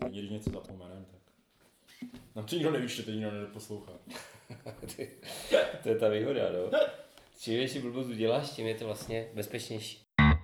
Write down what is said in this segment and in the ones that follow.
Ani když něco zapomenem, tak... Nám to nikdo nevíš, že to nikdo neposlouchá. To je ta výhoda, no. Čím větší blbost uděláš, tím je to vlastně bezpečnější.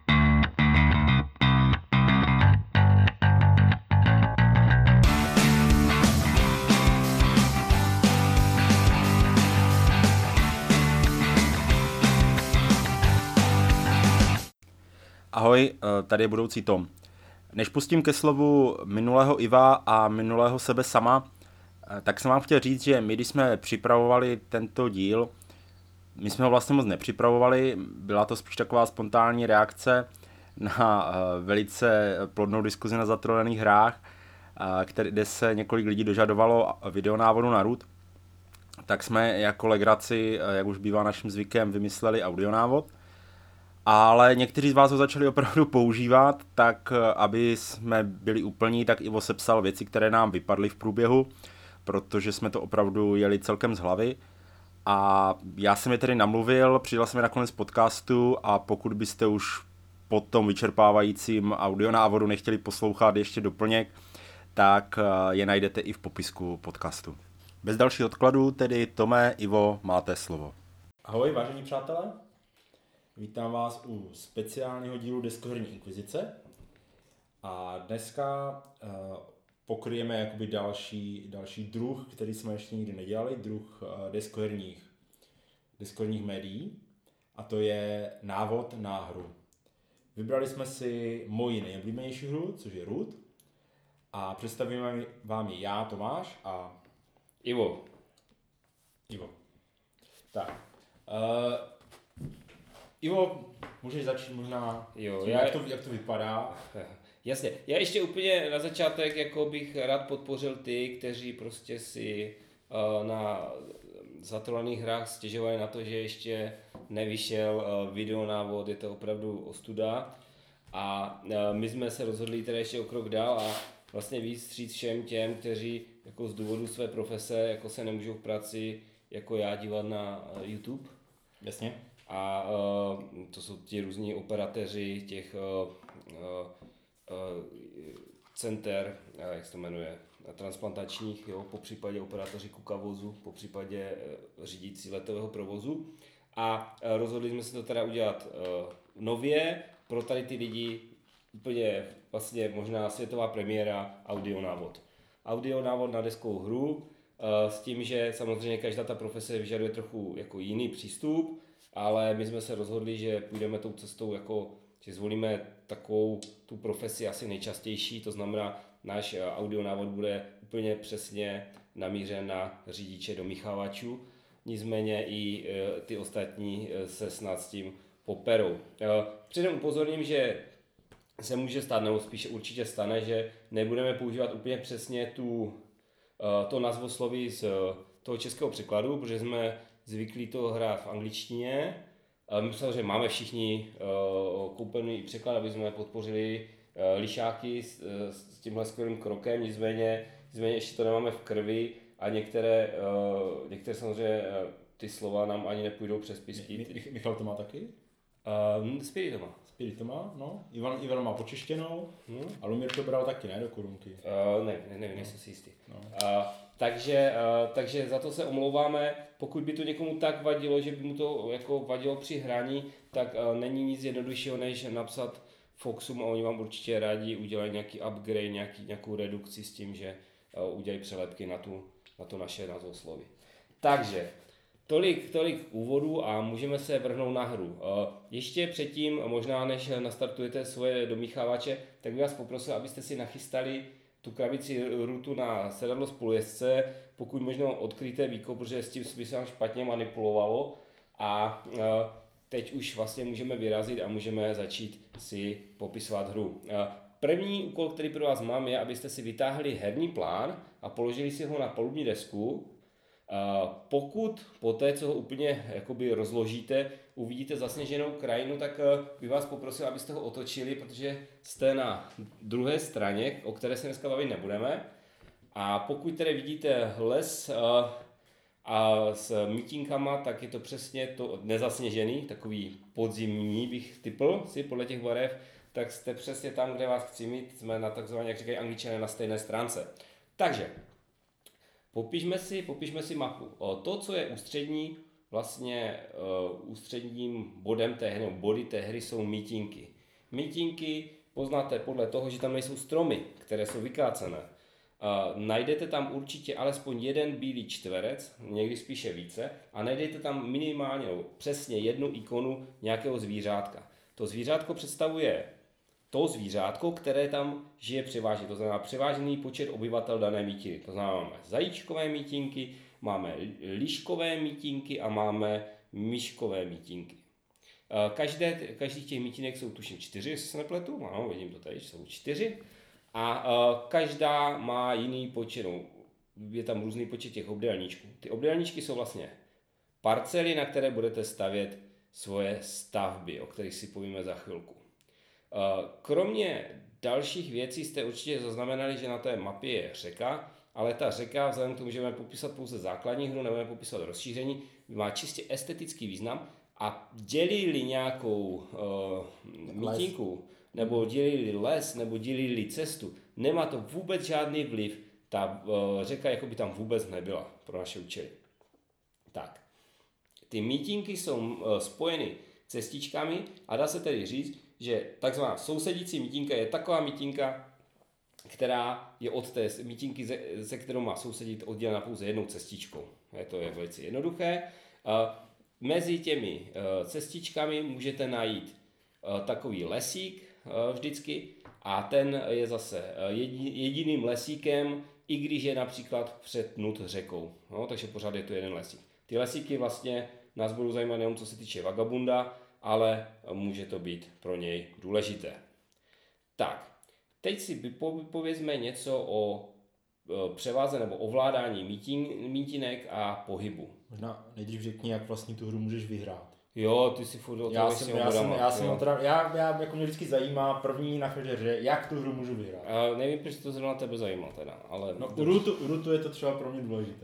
Ahoj, tady je budoucí Tom. Než pustím ke slovu minulého Iva a minulého sebe sama, tak jsem vám chtěl říct, že my, když jsme připravovali tento díl, my jsme ho vlastně moc nepřipravovali, byla to spíš taková spontánní reakce na velice plodnou diskuzi na zatrolených hrách, kde se několik lidí dožadovalo videonávodu na root. Tak jsme jako legraci, jak už bývá naším zvykem, vymysleli audionávod. Ale někteří z vás ho začali opravdu používat, tak aby jsme byli úplní, tak Ivo sepsal věci, které nám vypadly v průběhu, protože jsme to opravdu jeli celkem z hlavy. A já jsem je tedy namluvil, přidal jsem je nakonec podcastu a pokud byste už po tom vyčerpávajícím audionávodu nechtěli poslouchat ještě doplněk, tak je najdete i v popisku podcastu. Bez dalšího odkladu, tedy Tome, Ivo, máte slovo. Ahoj, vážení přátelé. Vítám vás u speciálního dílu Deskoherní inkvizice a dneska pokryjeme jakoby další druh, který jsme ještě nikdy nedělali, druh deskoherních médií, a to je návod na hru. Vybrali jsme si moji nejoblíbenější hru, což je Root, a představíme vám ji já, Tomáš, a Ivo. Tak. Ivo, můžeš začít možná tím, jak to vypadá. Jasně, já ještě úplně na začátek jako bych rád podpořil ty, kteří prostě si na zatrolených hrách stěžovali na to, že ještě nevyšel videonávod, je to opravdu ostuda. A my jsme se rozhodli teda ještě o krok dál a vlastně víc vstříc všem těm, kteří jako z důvodu své profese jako se nemůžou v práci jako já dívat na YouTube. Jasně. A to jsou ti různí operatéři těch center, jak se to jmenuje, transplantačních, jo, po případě operátoři kukavozu, po případě řídící letového provozu. A rozhodli jsme se to teda udělat nově pro tady ty lidi, úplně vlastně možná světová premiéra, audionávod. Audionávod na deskovou hru, s tím, že samozřejmě každá ta profese vyžaduje trochu jako jiný přístup, ale my jsme se rozhodli, že půjdeme tou cestou, jako, že zvolíme takovou tu profesi asi nejčastější, to znamená, náš audionávod bude úplně přesně namířen na řidiče domíchávačů, nicméně i ty ostatní se snad s tím poperou. Předem upozorním, že se může stát, nebo spíše určitě stane, že nebudeme používat úplně přesně to názvosloví z toho českého překladu, protože jsme zvyklí to hrát v angličtině. My samozřejmě máme všichni koupený překlad, aby jsme podpořili lišáky s tímhle skvělým krokem, nicméně ještě to nemáme v krvi a některé samozřejmě ty slova nám ani nepůjdou přes písky. Michal to má taky? Spirit to má, no. Ivan má počeštěnou a Lumír to bral taky, ne, do korunky. Nevím, nejsem si jistý. No. Takže za to se omlouváme. Pokud by to někomu tak vadilo, že by mu to jako vadilo při hraní, tak není nic jednoduššího, než napsat Foxům a oni vám určitě rádi udělají nějaký upgrade, nějakou redukci s tím, že udělají přelepky na to naše názvosloví. Takže tolik úvodů a můžeme se vrhnout na hru. Ještě předtím, možná než nastartujete svoje domíchávače, tak bych vás poprosil, abyste si nachystali tu krabici Rootu na sedadlo spolujezdce, pokud možno odkryté víko, protože s tím by se nám špatně manipulovalo a teď už vlastně můžeme vyrazit a můžeme začít si popisovat hru. První úkol, který pro vás mám, je, abyste si vytáhli herní plán a položili si ho na palubní desku. Pokud poté, co ho úplně jakoby rozložíte, uvidíte zasněženou krajinu, tak bych vás poprosil, abyste ho otočili, protože jste na druhé straně, o které se dneska bavit nebudeme. A pokud tedy vidíte les a s mítinkama, tak je to přesně to nezasněžený, takový podzimní bych typl si podle těch barev. tak jste přesně tam, kde vás chci mít, jsme na takzvaně, jak říkají Angličané, na stejné stránce. Takže, popišme si mapu. To, co je ústřední, vlastně ústředním bodem té hry, nebo body té hry jsou mítinky. Mítinky poznáte podle toho, že tam nejsou stromy, které jsou vykácené. Najdete tam určitě alespoň jeden bílý čtverec, někdy spíše více, a najdete tam minimálně přesně jednu ikonu nějakého zvířátka. To zvířátko představuje to zvířátko, které tam žije převážně, to znamená převážený počet obyvatel dané mítiny. To znamená, máme zajíčkové mítinky, máme liškové mítinky a máme myškové mítinky. Každý těch mítinek jsou tuším 4, jestli se nepletu, ano, vidím to tady, jsou 4. A každá má jiný počet, je tam různý počet těch obdélníčků. Ty obdélníčky jsou vlastně parcely, na které budete stavět svoje stavby, o kterých si povíme za chvilku. Kromě dalších věcí jste určitě zaznamenali, že na té mapě je řeka, ale ta řeka, vzhledem k tomu, že budeme popisat pouze základní hru, nebudeme popisovat rozšíření, má čistě estetický význam a dělí-li nějakou mítinku, nebo dělili les, nebo dělili cestu, nemá to vůbec žádný vliv, ta řeka jako by tam vůbec nebyla pro naše účely. Tak, ty mítinky jsou spojeny cestičkami a dá se tedy říct, že takzvaná sousedící mítinka je taková mítinka, která je od té mítinky, se kterou má sousedit, oddělena pouze jednou cestičkou. To je velice jednoduché. Mezi těmi cestičkami můžete najít takový lesík vždycky a ten je zase jediným lesíkem, i když je například přetnut řekou. No, takže pořád je to jeden lesík. Ty lesíky vlastně nás budou zajímat jenom co se týče vagabunda, ale může to být pro něj důležité. Tak, teď si povězme něco o převáze nebo ovládání mítinek a pohybu. Možná nejdřív řekni, jak vlastně tu hru můžeš vyhrát. Jo, ty si furt o tom já jako mě vždycky zajímá první na hře, jak tu hru můžu vyhrát. Nevím, proč to zrovna tebe zajímá teda, ale... No, u rootu je to třeba pro mě důležité.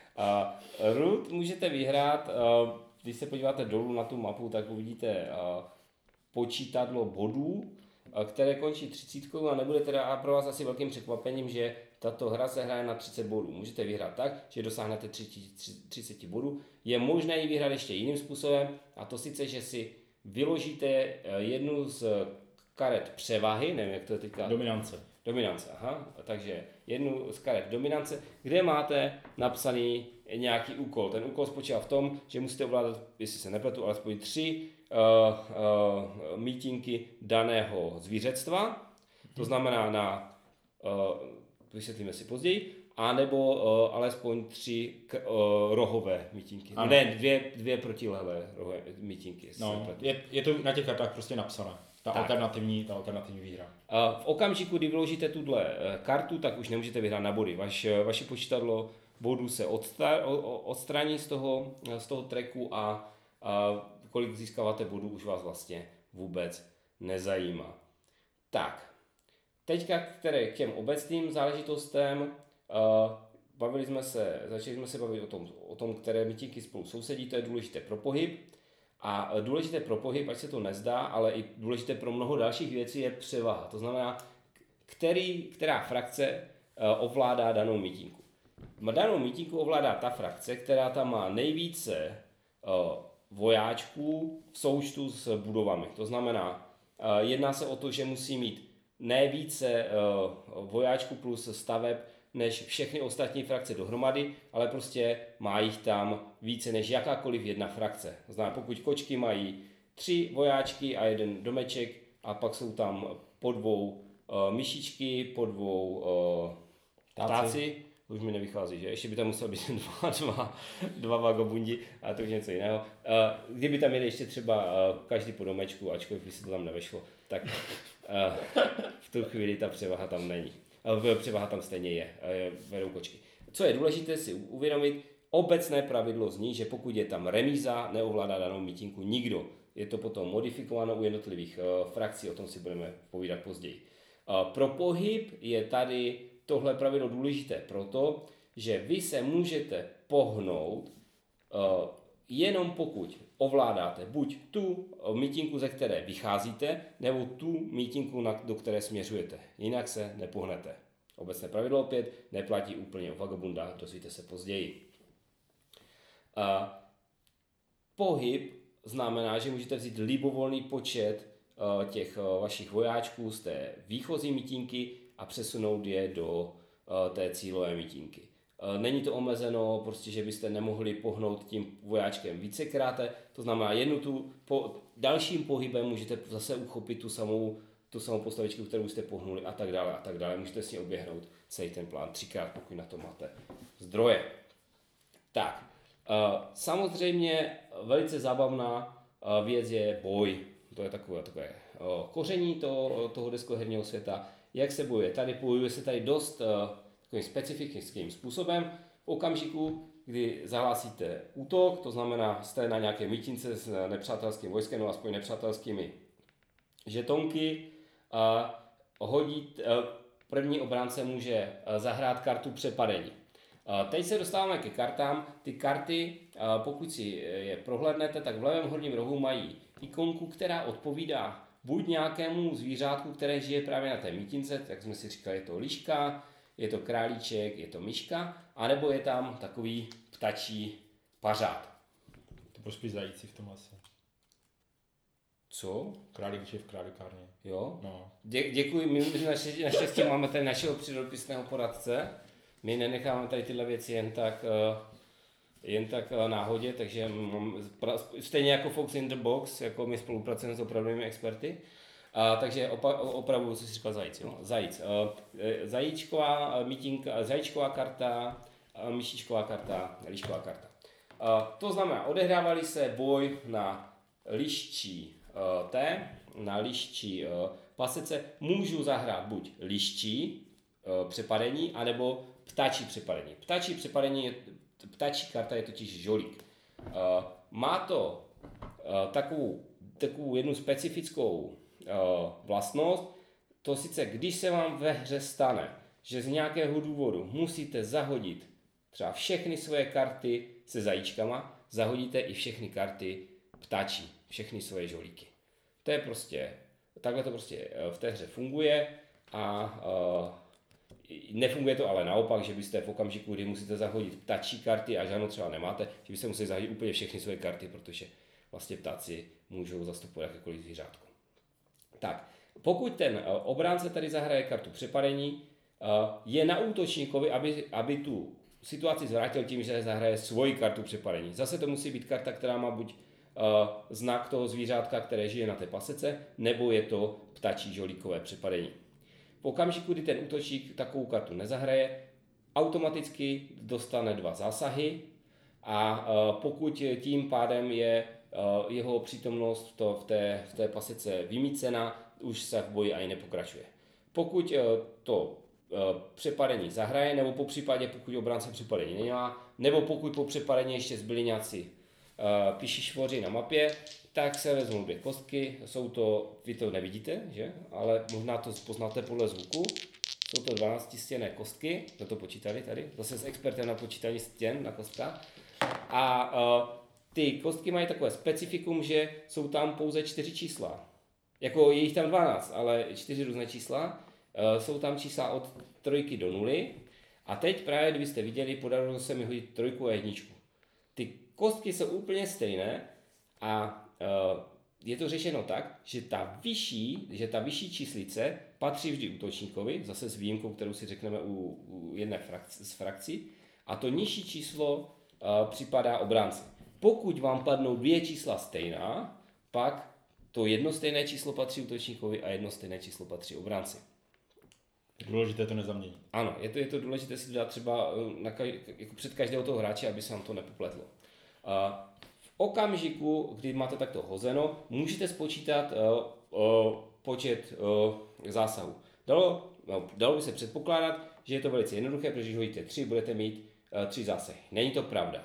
Root můžete vyhrát, když se podíváte dolů na tu mapu, tak uvidíte počítadlo bodů, které končí 30 a nebude teda pro vás asi velkým překvapením, že tato hra se hraje na 30 bodů. Můžete vyhrát tak, že dosáhnete 30 bodů. Je možné ji vyhrát ještě jiným způsobem, a to sice, že si vyložíte jednu z karet převahy, nevím, jak to je teďka. Dominance, aha. Takže jednu z karet dominance, kde máte napsaný nějaký úkol. Ten úkol spočívá v tom, že musíte ovládat, jestli se nepletu, alespoň 3 mítinky daného zvířectva. To znamená vysvětlíme si později, anebo alespoň 3 rohové mítinky. Ano. Ne, dvě protilehlé rohové mítinky. No, je to na těch kartách prostě napsané. Ta alternativní výhra. V okamžiku, kdy vyložíte tuhle kartu, tak už nemůžete vyhrát na body. Vaše počítadlo bodů se odstraní z toho tracku a kolik získáváte bodů, už vás vlastně vůbec nezajímá. Tak, teďka k těm obecným záležitostem, začali jsme se bavit o tom, které mítinky spolu sousedí, to je důležité pro pohyb. A důležité pro pohyb, ať se to nezdá, ale i důležité pro mnoho dalších věcí je převaha. To znamená, která frakce ovládá danou mítinku. Danou mítinku ovládá ta frakce, která tam má nejvíce vojáčků v součtu s budovami. To znamená, jedná se o to, že musí mít nejvíce vojáčků plus staveb než všechny ostatní frakce dohromady, ale prostě má jich tam více než jakákoliv jedna frakce. To znamená, pokud kočky mají 3 vojáčky a 1 domeček a pak jsou tam po 2 myšičky, po 2 ptáci, už mi nevychází, že? Ještě by tam musel být dva vagabundi, a to už něco jiného. Kdyby tam jeli ještě třeba každý po domečku, ačkoliv by se to tam nevešlo, tak v tu chvíli ta převaha tam není. Převaha tam stejně je, vedou kočky. Co je důležité si uvědomit, obecné pravidlo zní, že pokud je tam remíza, neovládá danou mítinku nikdo. Je to potom modifikováno u jednotlivých frakcí, o tom si budeme povídat později. Pro pohyb je tady tohle pravidlo důležité proto, že vy se můžete pohnout jenom pokud ovládáte buď tu mítinku, ze které vycházíte, nebo tu mítinku, do které směřujete. Jinak se nepohnete. Obecné pravidlo opět neplatí úplně o vagabundách, dozvíte se později. Pohyb znamená, že můžete vzít libovolný počet těch vašich vojáčků z té výchozí mítinky a přesunout je do té cílové mítinky. Není to omezeno, prostě, že byste nemohli pohnout tím vojáčkem vícekrát, to znamená dalším pohybem můžete zase uchopit tu samou postavičku, kterou jste pohnuli a tak dále. Můžete si oběhnout celý ten plán 3x, pokud na to máte zdroje. Tak, samozřejmě velice zábavná věc je boj. To je takové koření toho deskoherního světa. Jak se bojuje? Bojuje se tady dost takovým specifickým způsobem. V okamžiku, kdy zahlásíte útok, to znamená, jste na nějaké mítince s nepřátelským vojskem, no aspoň nepřátelskými žetonky, první obránce může zahrát kartu přepadení. Teď se dostáváme ke kartám. Ty karty, pokud si je prohlédnete, tak v levém horním rohu mají ikonku, která odpovídá buď nějakému zvířátku, které žije právě na té mítince, tak jsme si říkali, je to liška, je to králíček, je to myška, anebo je tam takový ptačí pařád. To byl spíš zajíci v tom asi. Co? Králík je v králíkárně. Jo? No. Děkuji, my naštěstí máme tady našeho přírodopisného poradce. My nenecháme tady tyhle věci jen tak náhodě, takže stejně jako Fox in the Box, jako my spolupracujeme s opravdovými experty. Takže opravdu, co jsi říkal, zajíc. Jo? Zajíc. Zajíčková mítinka, zajíčková karta, myšičková karta, lišková karta. To znamená, odehrávali se boj na liščí na liščí pasece. Můžu zahrát buď liščí přepadení, anebo ptačí přepadení. Ptačí karta je totiž žolík. Má to takovou jednu specifickou vlastnost, to sice, když se vám ve hře stane, že z nějakého důvodu musíte zahodit třeba všechny svoje karty se zajíčkama, zahodíte i všechny karty ptačí, všechny svoje žolíky. Takhle to prostě v té hře funguje a nefunguje to ale naopak, že byste v okamžiku, kdy musíte zahodit ptačí karty a žádnou třeba nemáte, že byste museli zahodit úplně všechny svoje karty, protože vlastně ptáci můžou zastupovat jakékoliv zvířátko. Tak, pokud ten obránce tady zahraje kartu přepadení, je na útočníkovi, aby tu situaci zvrátil tím, že zahraje svoji kartu přepadení. Zase to musí být karta, která má buď znak toho zvířátka, které žije na té pasece, nebo je to ptačí žolíkové přepadení. V okamžiku, kdy ten útočník takovou kartu nezahraje, automaticky dostane 2 zásahy a pokud tím pádem je jeho přítomnost v té pasece vymýcena, už se v boji ani nepokračuje. Pokud to přepadení zahraje, nebo po případě pokud obránce přepadení nemá, nebo pokud po přepadení ještě zbyli nějací pišišvoři na mapě, tak se vezmou 2 kostky, vy to nevidíte, že? Ale možná to poznáte podle zvuku, jsou to 12stěnné kostky, jsme to počítali tady, zase s expertem na počítání stěn na kostkách. A ty kostky mají takové specifikum, že jsou tam pouze 4 čísla. Jako je jich tam 12, ale 4 různé čísla. Jsou tam čísla od 3 do 0. A teď právě, kdybyste viděli, podařilo se mi hodit 3 a 1. Ty kostky jsou úplně stejné a je to řešeno tak, že ta vyšší číslice patří vždy útočníkovi, zase s výjimkou, kterou si řekneme u jedné z frakcí, a to nižší číslo připadá obránci. Pokud vám padnou 2 čísla stejná, pak to jedno stejné číslo patří útočníkovi a jedno stejné číslo patří obránci. Důležité to nezaměnit. Ano, je to důležité si dát třeba jako před každého toho hráče, aby se vám to nepopletlo. V okamžiku, kdy máte takto hozeno, můžete spočítat počet zásahů. Dalo by se předpokládat, že je to velice jednoduché, protože když hodíte 3, budete mít 3 zásahy. Není to pravda.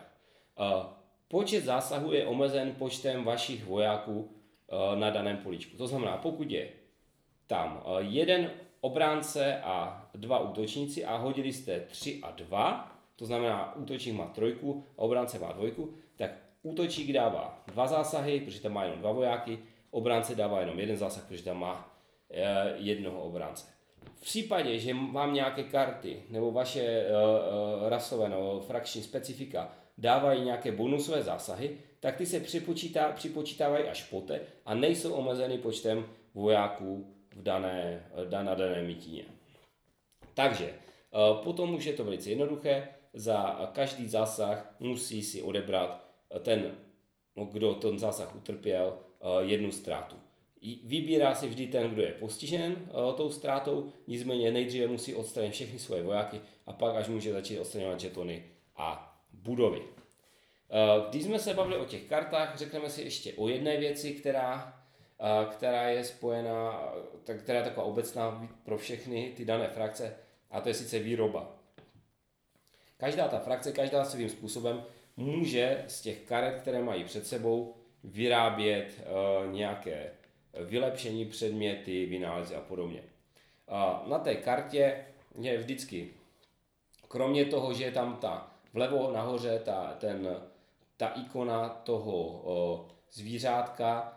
Počet zásahů je omezen počtem vašich vojáků na daném políčku. To znamená, pokud je tam 1 obránce a 2 útočníci a hodili jste 3 a 2, to znamená útočník má 3 a obránce má 2, tak útočík dává 2 zásahy, protože tam má jenom 2 vojáky, obránce dává jenom 1 zásah, protože tam má jednoho obránce. V případě, že vám nějaké karty nebo vaše rasové nebo frakční specifika dávají nějaké bonusové zásahy, tak ty se připočítávají až poté a nejsou omezeny počtem vojáků na dané mítině. Takže potom už je to velice jednoduché, za každý zásah musí si odebrat ten, kdo ten zásah utrpěl, 1 ztrátu. Vybírá si vždy ten, kdo je postižen tou ztrátou, nicméně nejdříve musí odstranit všechny svoje vojáky a pak až může začít odstraňovat žetony a budovy. Když jsme se bavili o těch kartách, řekneme si ještě o jedné věci, která je spojená, která je taková obecná pro všechny ty dané frakce, a to je sice výroba. Každá ta frakce, každá svým způsobem může z těch karet, které mají před sebou, vyrábět nějaké vylepšení, předměty, vynálezy a podobně. Na té kartě je vždycky, kromě toho, že je tam vlevo nahoře ta ikona toho zvířátka,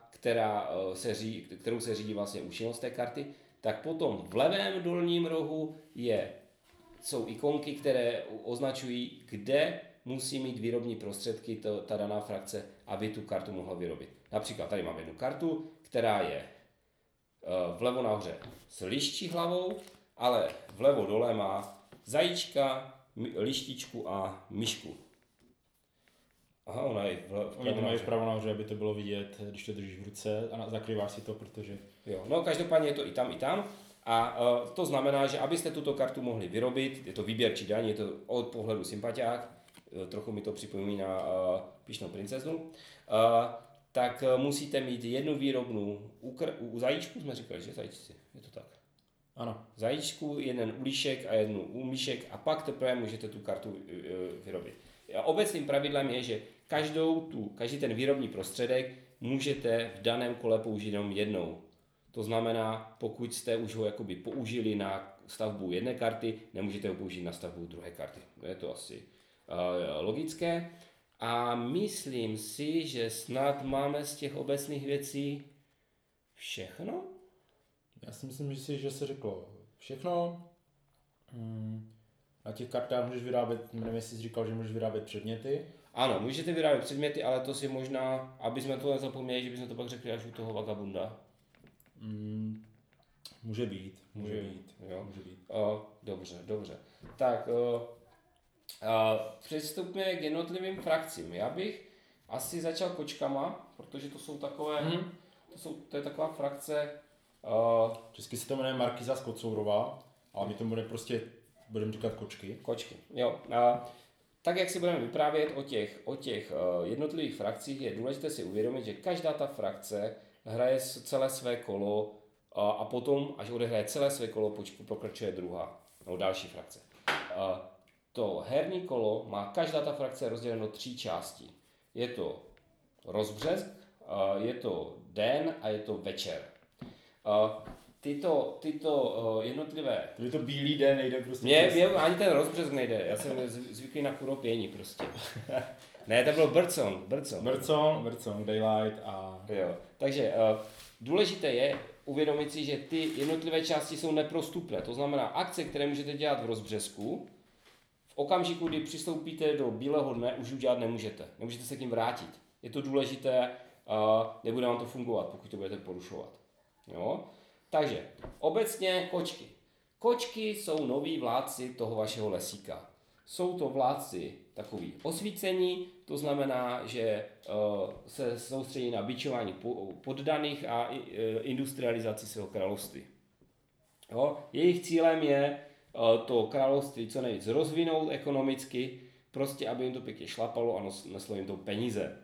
kterou se řídí vlastně účinnost té karty, tak potom v levém dolním rohu jsou ikonky, které označují, kde musí mít výrobní prostředky ta daná frakce, aby tu kartu mohla vyrobit. Například tady máme jednu kartu, která je vlevo nahoře s liščí hlavou, ale vlevo dole má zajíčka, lištičku a myšku. Aha, ona je Oni to mají vpravo nahoře, aby to bylo vidět, když to držíš v ruce a zakrýváš si to, protože... Jo, no každopádně je to i tam. A to znamená, že abyste tuto kartu mohli vyrobit, je to výběrčí daň, je to od pohledu sympatiák, trochu mi to připomíná Pyšnou princeznu, tak musíte mít jednu výrobnu u zajíčku, jsme říkali, že zajíčci, je to tak? Ano. Zajíčku, jeden u lišek a jednu u myšek a pak teprve můžete tu kartu vyrobit. Obecným pravidlem je, že každý ten výrobní prostředek můžete v daném kole použít jenom jednou. To znamená, pokud jste už ho jakoby použili na stavbu jedné karty, nemůžete ho použít na stavbu druhé karty. Je to asi logické. A myslím si, že snad máme z těch obecných věcí všechno. Já si myslím, že se řeklo všechno. Na těch kartách můžeš vyrábět, nevím, jestli jsi říkal, že můžeš vyrábět předměty. Ano, můžete vyrábět předměty, ale to si možná, aby jsme to nezapomněli, že bychom to pak řekli až u toho vagabunda. Může být. Jo? Může být. Dobře. Tak přistupme k jednotlivým frakcím. Já bych asi začal kočkama, protože to jsou takové, to je taková frakce. Česky se to jmenuje Markýza z Kocourova, ale my to budeme říkat kočky. Kočky, jo. Tak jak si budeme vyprávět o těch jednotlivých frakcích, je důležité si uvědomit, že každá ta frakce hraje celé své kolo a potom, až odehraje celé své kolo, pokračuje druhá nebo další frakce. To herní kolo má každá ta frakce rozděleno 3 části. Je to rozbřesk, je to den a je to večer. Tyto jednotlivé... To je to bílý den, nejde prostě... Mně ani ten rozbřesk nejde, já jsem zvyklý na kuropění prostě. Ne, to bylo Birdsong, Daylight a... Jo, takže důležité je uvědomit si, že ty jednotlivé části jsou neprostupné. To znamená, akce, které můžete dělat v rozbřesku, v okamžiku, kdy přistoupíte do bílého dne, už udělat nemůžete. Nemůžete se k ním vrátit. Je to důležité, nebude vám to fungovat, pokud to budete porušovat. Jo? Takže obecně kočky. Kočky jsou noví vládci toho vašeho lesíka. Jsou to vládci takový osvícení, to znamená, že se soustředí na bičování poddaných a industrializaci svého království. Jo? Jejich cílem je to království co nejvíc rozvinout ekonomicky, prostě aby jim to pěkně šlapalo a neslo jim to peníze.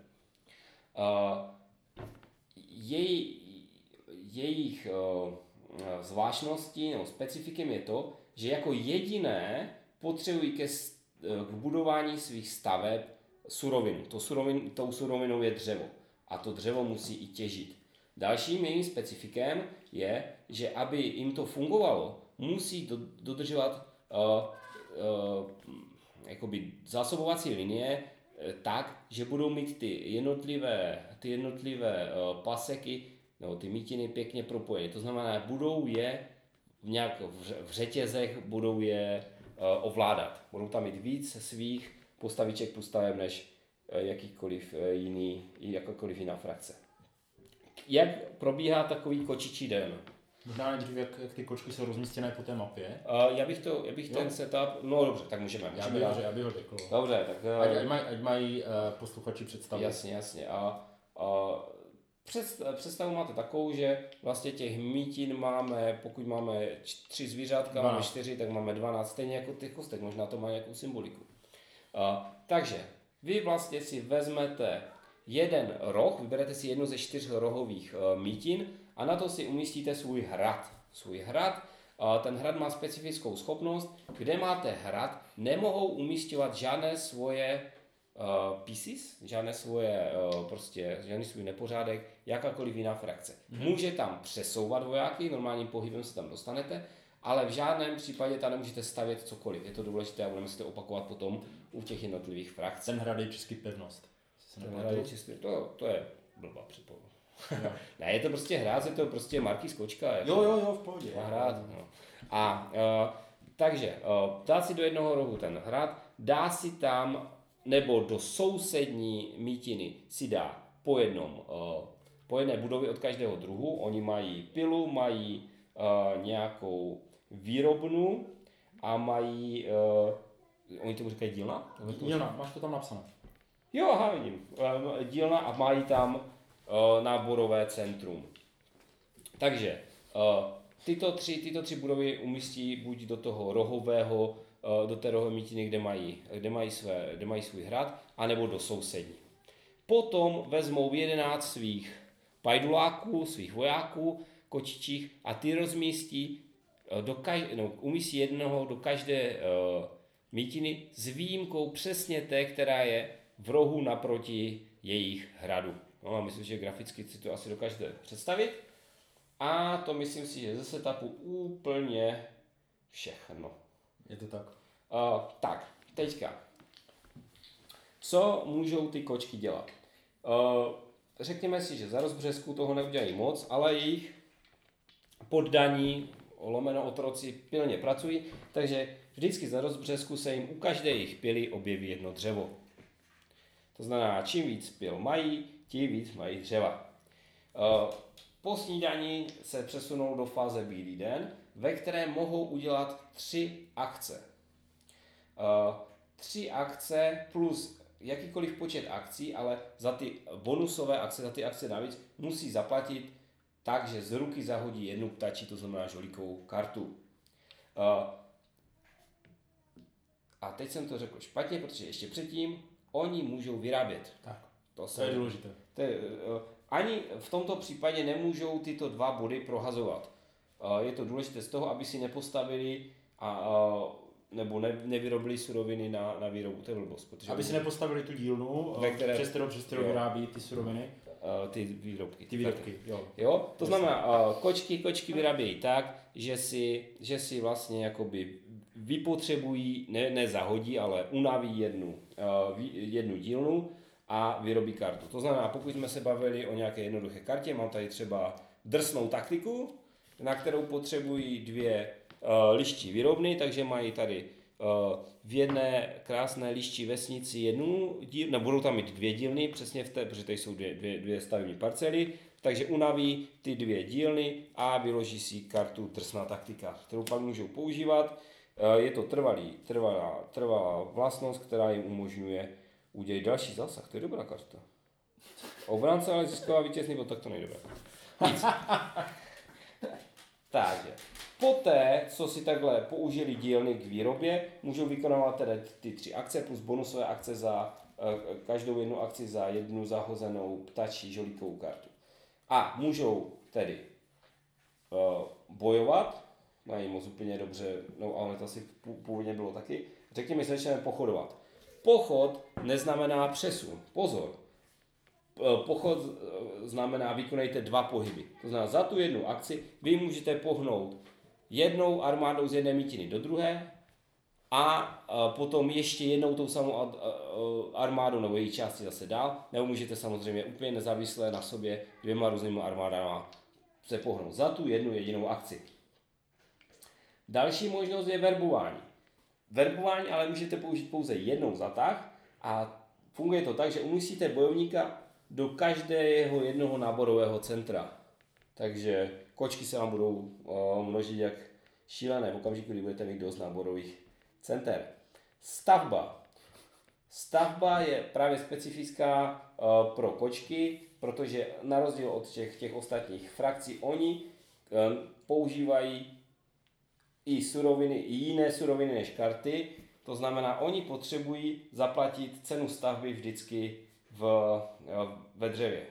Jejich zvláštností nebo specifikem je to, že jako jediné potřebují k budování svých staveb surovinu. Tou surovinou je dřevo a to dřevo musí i těžit. Dalším jejím specifikem je, že aby jim to fungovalo, musí dodržovat jakoby zásobovací linie tak, že budou mít ty jednotlivé paseky nebo ty mítiny pěkně propojené. To znamená, budou je nějak v řetězech, budou je ovládat. Budou tam mít víc svých postaviček plus staveb než jakákoliv jiná frakce. Jak probíhá takový kočičí den? Možná nejdřív, jak ty kočky jsou rozmístěné po té mapě. Já bych ten setup, no dobře, tak můžeme. Já bych ho řekl. Dobře, tak... Ať mají posluchači představu. Jasně. A představu máte takovou, že vlastně těch mítin máme, pokud máme 3 zvířátka, máme 4, tak máme 12, stejně jako těch kostek, možná to má nějakou symboliku. Takže vy vlastně si vezmete jeden roh, vyberete si jednu ze 4 rohových mítin a na to si umístíte svůj hrad. Ten hrad má specifickou schopnost, kde máte hrad, nemohou umístěvat žádné svoje pieces, žádný svůj nepořádek, jakákoliv jiná frakce. Může tam přesouvat vojáky, normálním pohybem se tam dostanete, ale v žádném případě tam nemůžete stavět cokoliv. Je to důležité a budeme si to opakovat potom u těch jednotlivých frakcí. Ten hrad je český pevnost. To je blbá předpověď. Ne, je to prostě hrát, je to prostě Markýz kočka. Jo, v pohodě. Hrát, no. Takže dá si do jednoho rohu ten hrad, dá si tam, nebo do sousední mítiny si dá po jedné budově od každého druhu. Oni mají pilu, mají nějakou výrobnu a mají, oni tomu říkají dílna? Dílna, máš to tam napsané. Jo, aha, vidím. Dílna a mají tam náborové centrum. Takže tyto tři budovy umístí buď do toho rohového, do té rohové mítiny, kde mají svůj hrad, anebo do sousední. Potom vezmou 11 svých pajduláků, svých vojáků, kočičích a ty rozmístí, umístí jednoho do každé mítiny s výjimkou přesně té, která je v rohu naproti jejich hradu. No a myslím, že graficky si to asi dokážete představit. A to myslím si, že ze setupu úplně všechno. Je to tak. Tak, teďka. Co můžou ty kočky dělat? Řekněme si, že za rozbřesku toho neudělají moc, ale jejich poddaní, lomeno otroci, pilně pracují, takže vždycky za rozbřesku se jim u každé jejich pily objeví jedno dřevo. To znamená, čím víc pil mají, tím víc mají dřeva. Po snídani se přesunou do fáze bílý den, ve které mohou udělat 3 akce. 3 akce plus jakýkoliv počet akcí, ale za ty bonusové akce, za ty akce navíc, musí zaplatit tak, že z ruky zahodí jednu ptačí, to znamená žolíkovou kartu. A teď jsem to řekl špatně, protože ještě předtím oni můžou vyrábět. Tak, to je důležité. Ani v tomto případě nemůžou tyto 2 body prohazovat. Je to důležité z toho, aby si nepostavili nebo nevyrobili suroviny na výrobu. To je blbost. Aby si nepostavili tu dílnu, přes kterou vyrábí ty suroviny. Ty výrobky. Jo? To znamená, kočky vyrábějí tak, že si vlastně jakoby vypotřebují, ne zahodí, ale unaví jednu dílnu a vyrobí kartu. To znamená, pokud jsme se bavili o nějaké jednoduché kartě, mám tady třeba drsnou taktiku, na kterou potřebují 2 liští výrobny, takže mají tady v jedné krásné liští vesnici jednu dílnu, budou tam mít 2 dílny, přesně protože tady jsou dvě stavební parcely, takže unaví ty 2 dílny a vyloží si kartu drsná taktika, kterou pak můžou používat. Je to trvalá vlastnost, která jim umožňuje udělat další zásah. To je dobrá karta. Obránce ale získává vítězný bod, tak to nejde dobré. Takže poté, co si takhle použili dílny k výrobě, můžou vykonávat tedy ty 3 akce plus bonusové akce za každou jednu akci za jednu zahozenou ptačí žolíkovou kartu. A můžou tedy bojovat, mají moc úplně dobře, no ale to asi původně bylo taky. Řekněme, že začneme pochodovat. Pochod neznamená přesun. Pozor. Pochod znamená vykonejte 2 pohyby. To znamená, za tu jednu akci vy můžete pohnout jednou armádou z jedné mítiny do druhé a potom ještě jednou tou samou armádou nebo její části zase dál, nebo můžete samozřejmě úplně nezávisle na sobě 2 různými armádama se pohnout za tu jednu jedinou akci. Další možnost je verbování. Verbování ale můžete použít pouze jednou za tah a funguje to tak, že umístíte bojovníka do každého jednoho náborového centra. Takže kočky se vám budou množit jak šílené v okamžiku, kdy budete mít dost náborových center. Stavba. Stavba je právě specifická pro kočky, protože na rozdíl od těch ostatních frakcí, oni používají i suroviny, i jiné suroviny než karty. To znamená, oni potřebují zaplatit cenu stavby vždycky ve dřevě.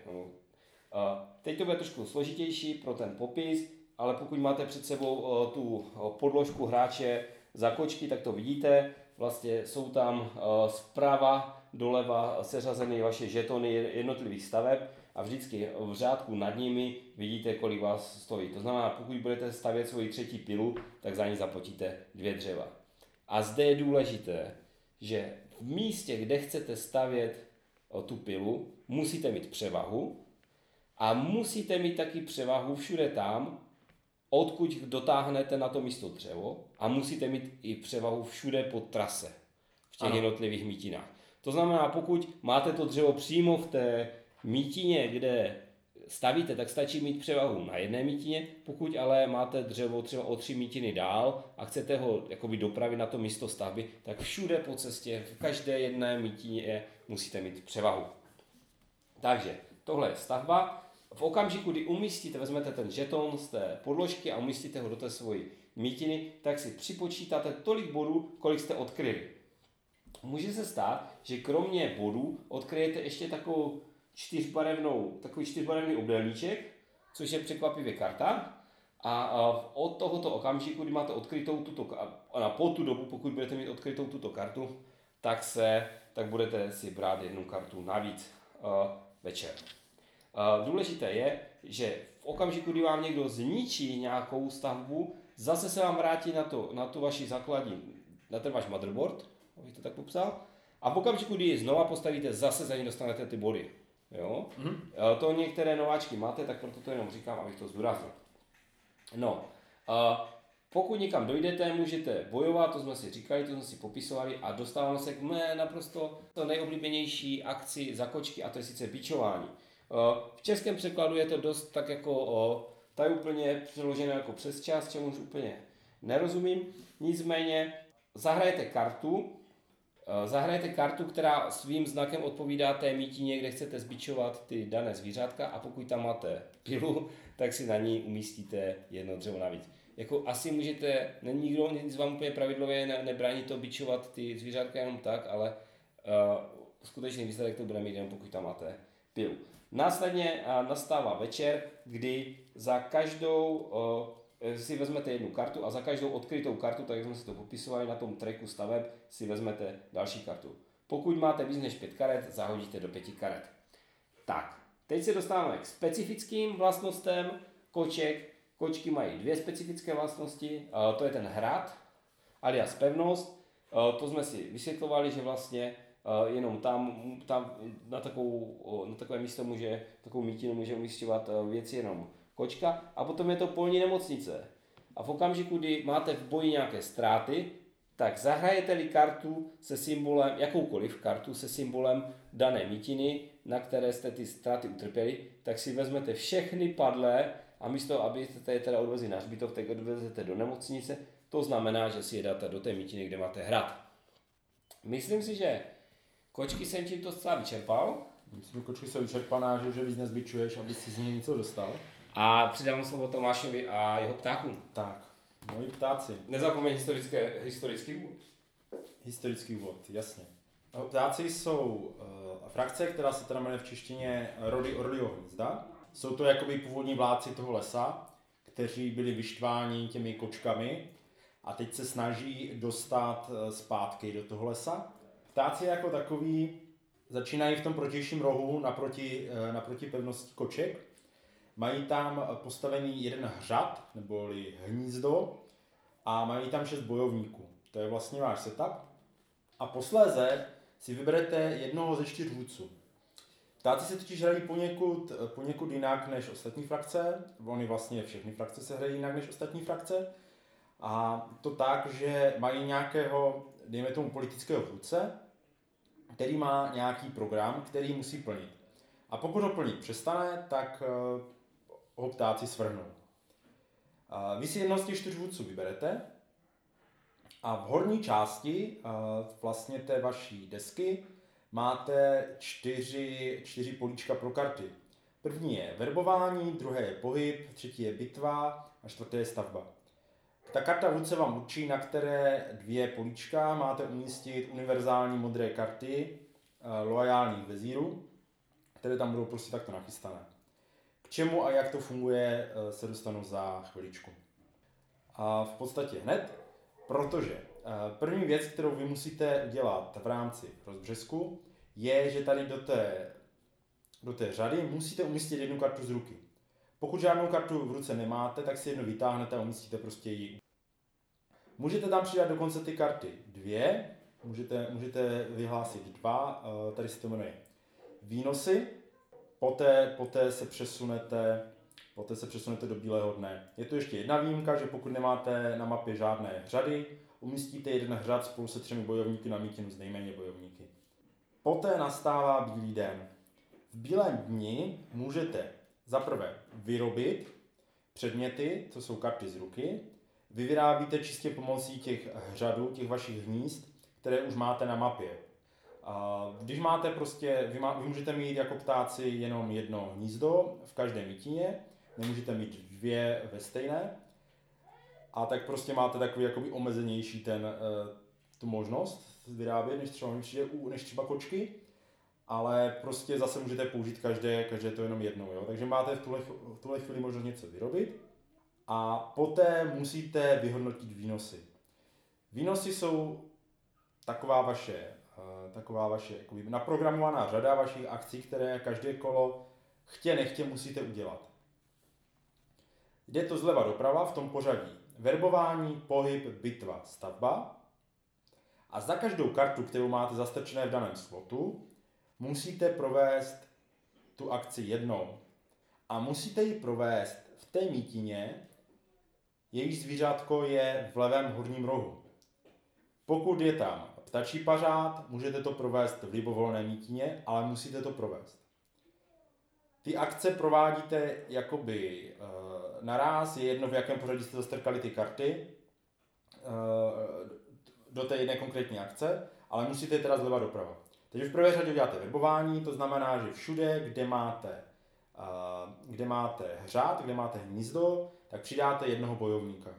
Teď to bude trošku složitější pro ten popis, ale pokud máte před sebou tu podložku hráče za kočky, tak to vidíte. Vlastně jsou tam zprava doleva seřazeny vaše žetony jednotlivých staveb a vždycky v řádku nad nimi vidíte, kolik vás stojí. To znamená, pokud budete stavět svoji 3. pilu, tak za ní zaplatíte 2 dřeva. A zde je důležité, že v místě, kde chcete stavět tu pilu, musíte mít převahu a musíte mít taky převahu všude tam, odkud dotáhnete na to místo dřevo a musíte mít i převahu všude po trase v těch jednotlivých mítinách. To znamená, pokud máte to dřevo přímo v té mítině, kde stavíte, tak stačí mít převahu na jedné mítině, pokud ale máte dřevo třeba o 3 mítiny dál a chcete ho jakoby dopravit na to místo stavby, tak všude po cestě, v každé jedné mítině musíte mít převahu. Takže tohle je stavba. V okamžiku, kdy umístíte, vezmete ten žeton z té podložky a umístíte ho do té svojí mítiny, tak si připočítáte tolik bodů, kolik jste odkryli. Může se stát, že kromě bodů odkryjete ještě takový čtyřbarevný obdélníček, což je překvapivě karta. A od tohoto okamžiku, kdy máte odkrytou po tu dobu, pokud budete mít odkrytou tuto kartu, tak budete si brát jednu kartu navíc večer. Důležité je, že v okamžiku, kdy vám někdo zničí nějakou stavbu, zase se vám vrátí na tu vaši základní, na ten váš motherboard, abych to tak popsal, a v okamžiku, kdy ji znova postavíte, zase za ní dostanete ty body. Jo? To některé nováčky máte, tak proto to jenom říkám, abych to zdůraznil. Pokud někam dojdete, můžete bojovat, to jsme si říkali, to jsme si popisovali a dostáváme se k mé naprosto nejoblíbenější akci za kočky, a to je sice bičování. V českém překladu je to dost tak jako tajuplně přeložené jako přes čas, čemu už úplně nerozumím. Nicméně zahrajete kartu, která svým znakem odpovídá té mítině, kde chcete zbičovat ty dané zvířátka, a pokud tam máte pilu, tak si na ní umístíte jedno dřevo navíc. Jako asi můžete, nikdo nic vám úplně pravidlově nebrání to bičovat ty zvířátka jenom tak, ale skutečný výsledek to bude mít jenom pokud tam máte pilu. Následně nastává večer, kdy za každou si vezmete jednu kartu a za každou odkrytou kartu, tak jak jsme si to popisovali na tom tracku staveb, si vezmete další kartu. Pokud máte víc než 5 karet, zahodíte do 5 karet. Tak, teď se dostáváme k specifickým vlastnostem koček. Kočky mají 2 specifické vlastnosti, to je ten hrad, alias pevnost. To jsme si vysvětlovali, že vlastně jenom tam na takové místo takovou mítinu může umísťovat věci jenom kočka, a potom je to polní nemocnice. A v okamžiku, kdy máte v boji nějaké ztráty, tak zahrajete-li kartu se symbolem, jakoukoliv kartu se symbolem dané mítiny, na které jste ty ztráty utrpěli, tak si vezmete všechny padlé a místo, abyste je teda odvezli na hřbitov, tak odvezete do nemocnice. To znamená, že si je dáte do té mítiny, kde máte hrad. Myslím si, že kočky jsem tímto zcela vyčerpal. Myslím, že kočky jsou vyčerpaná, že už víc nezbičuješ, aby si z něj něco dostal. A přidávám slovo Tomášovi a jeho ptákům. Tak, moji ptáci. Nezapomeň historický úvod. Historický úvod, jasně. Ptáci jsou frakce, která se teda jmenuje v češtině rody orlího hnízda. Jsou to jakoby původní vládci toho lesa, kteří byli vyštváni těmi kočkami a teď se snaží dostat zpátky do toho lesa. Ptáci jako takový začínají v tom protějším rohu naproti pevnosti koček. Mají tam postavený jeden hřad, neboli hnízdo, a mají tam 6 bojovníků. To je vlastně váš setup. A posléze si vyberete jednoho ze 4 vůdců. Ptáci se totiž hrají poněkud jinak než ostatní frakce. Ony vlastně všechny frakce se hrají jinak než ostatní frakce. A to tak, že mají nějakého, dejme tomu, politického vůdce, který má nějaký program, který musí plnit. A pokud ho plnit přestane, tak ho ptáci svrhnou. Vy si jednoho z těch 4 vůdců vyberete a v horní části vlastně té vaší desky máte 4 políčka pro karty. První je verbování, druhé je pohyb, třetí je bitva a čtvrté je stavba. Ta karta vůdce vám určí, na které 2 políčka máte umístit univerzální modré karty loajálních vezírů, které tam budou prostě takto nachystané. K čemu a jak to funguje, se dostanu za chviličku. A v podstatě hned, protože první věc, kterou vy musíte udělat v rámci rozbřesku, je, že tady do té řady musíte umístit 1 kartu z ruky. Pokud žádnou kartu v ruce nemáte, tak si jednu vytáhnete a umístíte prostě ji. Můžete tam přidat dokonce ty karty 2, můžete vyhlásit 2, tady se to jmenuje výnosy, poté se přesunete do bílého dne. Je to ještě jedna výjimka, že pokud nemáte na mapě žádné hřady, umístíte 1 hřad spolu se 3 bojovníky na mítinu s nejméně bojovníky. Poté nastává bílý den. V bílém dni můžete zaprvé vyrobit předměty, to jsou karty z ruky. Vy vyrábíte čistě pomocí těch hřadů, těch vašich hnízd, které už máte na mapě. Když máte vy můžete mít jako ptáci jenom 1 hnízdo v každé mítině, nemůžete mít 2 ve stejné, a tak prostě máte takový jakoby omezenější tu možnost vyrábět, než třeba kočky, ale prostě zase můžete použít každé to jenom jednou, jo? Takže máte v tuhle chvíli možnost něco vyrobit a poté musíte vyhodnotit výnosy. Výnosy jsou taková vaše jakoby naprogramovaná řada vašich akcí, které každé kolo chtě nechtě musíte udělat. Jde to zleva doprava v tom pořadí: verbování, pohyb, bitva, stavba. A za každou kartu, kterou máte zastrčené v daném slotu, musíte provést tu akci jednou. A musíte ji provést v té mítině, jejíž zvířátko je v levém horním rohu. Pokud je tam ptačí pařád, můžete to provést v libovolné mítině, ale musíte to provést. Ty akce provádíte jakoby naráz, je jedno, v jakém pořadí jste zastrkali ty karty do té jedné konkrétní akce, ale musíte je teda zleva doprava. Teď v prvé řadě uděláte verbování, to znamená, že všude, kde máte hřád, kde máte hnízdo, tak přidáte 1 bojovníka.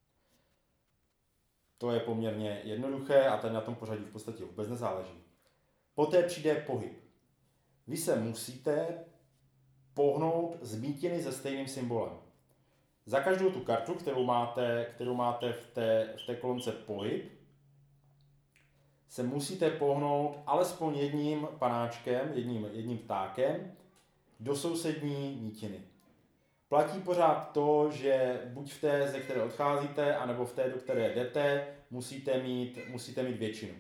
To je poměrně jednoduché a tady na tom pořadí v podstatě vůbec nezáleží. Poté přijde pohyb. Vy se musíte pohnout z mítiny se stejným symbolem. Za každou tu kartu, kterou máte v té kolonce pohyb, se musíte pohnout alespoň 1 panáčkem, jedním ptákem do sousední mítiny. Platí pořád to, že buď v té, ze které odcházíte, anebo v té, do které jdete, musíte mít většinu.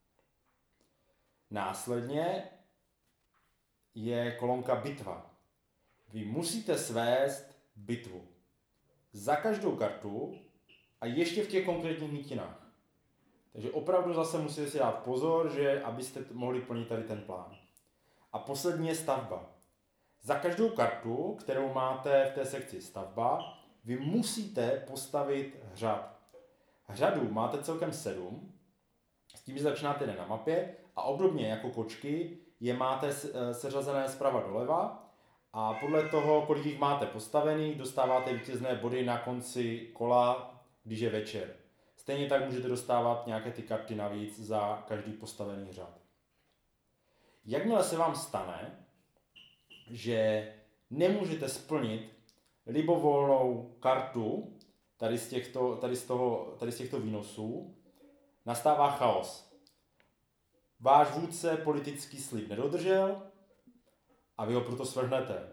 Následně je kolonka bitva. Vy musíte svést bitvu. Za každou kartu a ještě v těch konkrétních mítinách. Takže opravdu zase musíte si dát pozor, že abyste mohli plnit tady ten plán. A poslední je stavba. Za každou kartu, kterou máte v té sekci stavba, vy musíte postavit hřad. Hřadů máte celkem 7, s tím, že začínáte na mapě a obdobně jako kočky je máte seřazené zprava doleva a podle toho, kolik jich máte postavených, dostáváte vítězné body na konci kola, když je večer. Stejně tak můžete dostávat nějaké ty karty navíc za každý postavený řád. Jakmile se vám stane, že nemůžete splnit libovolnou kartu tady z těchto výnosů, nastává chaos. Váš vůdce politický slib nedodržel a vy ho proto svrhnete.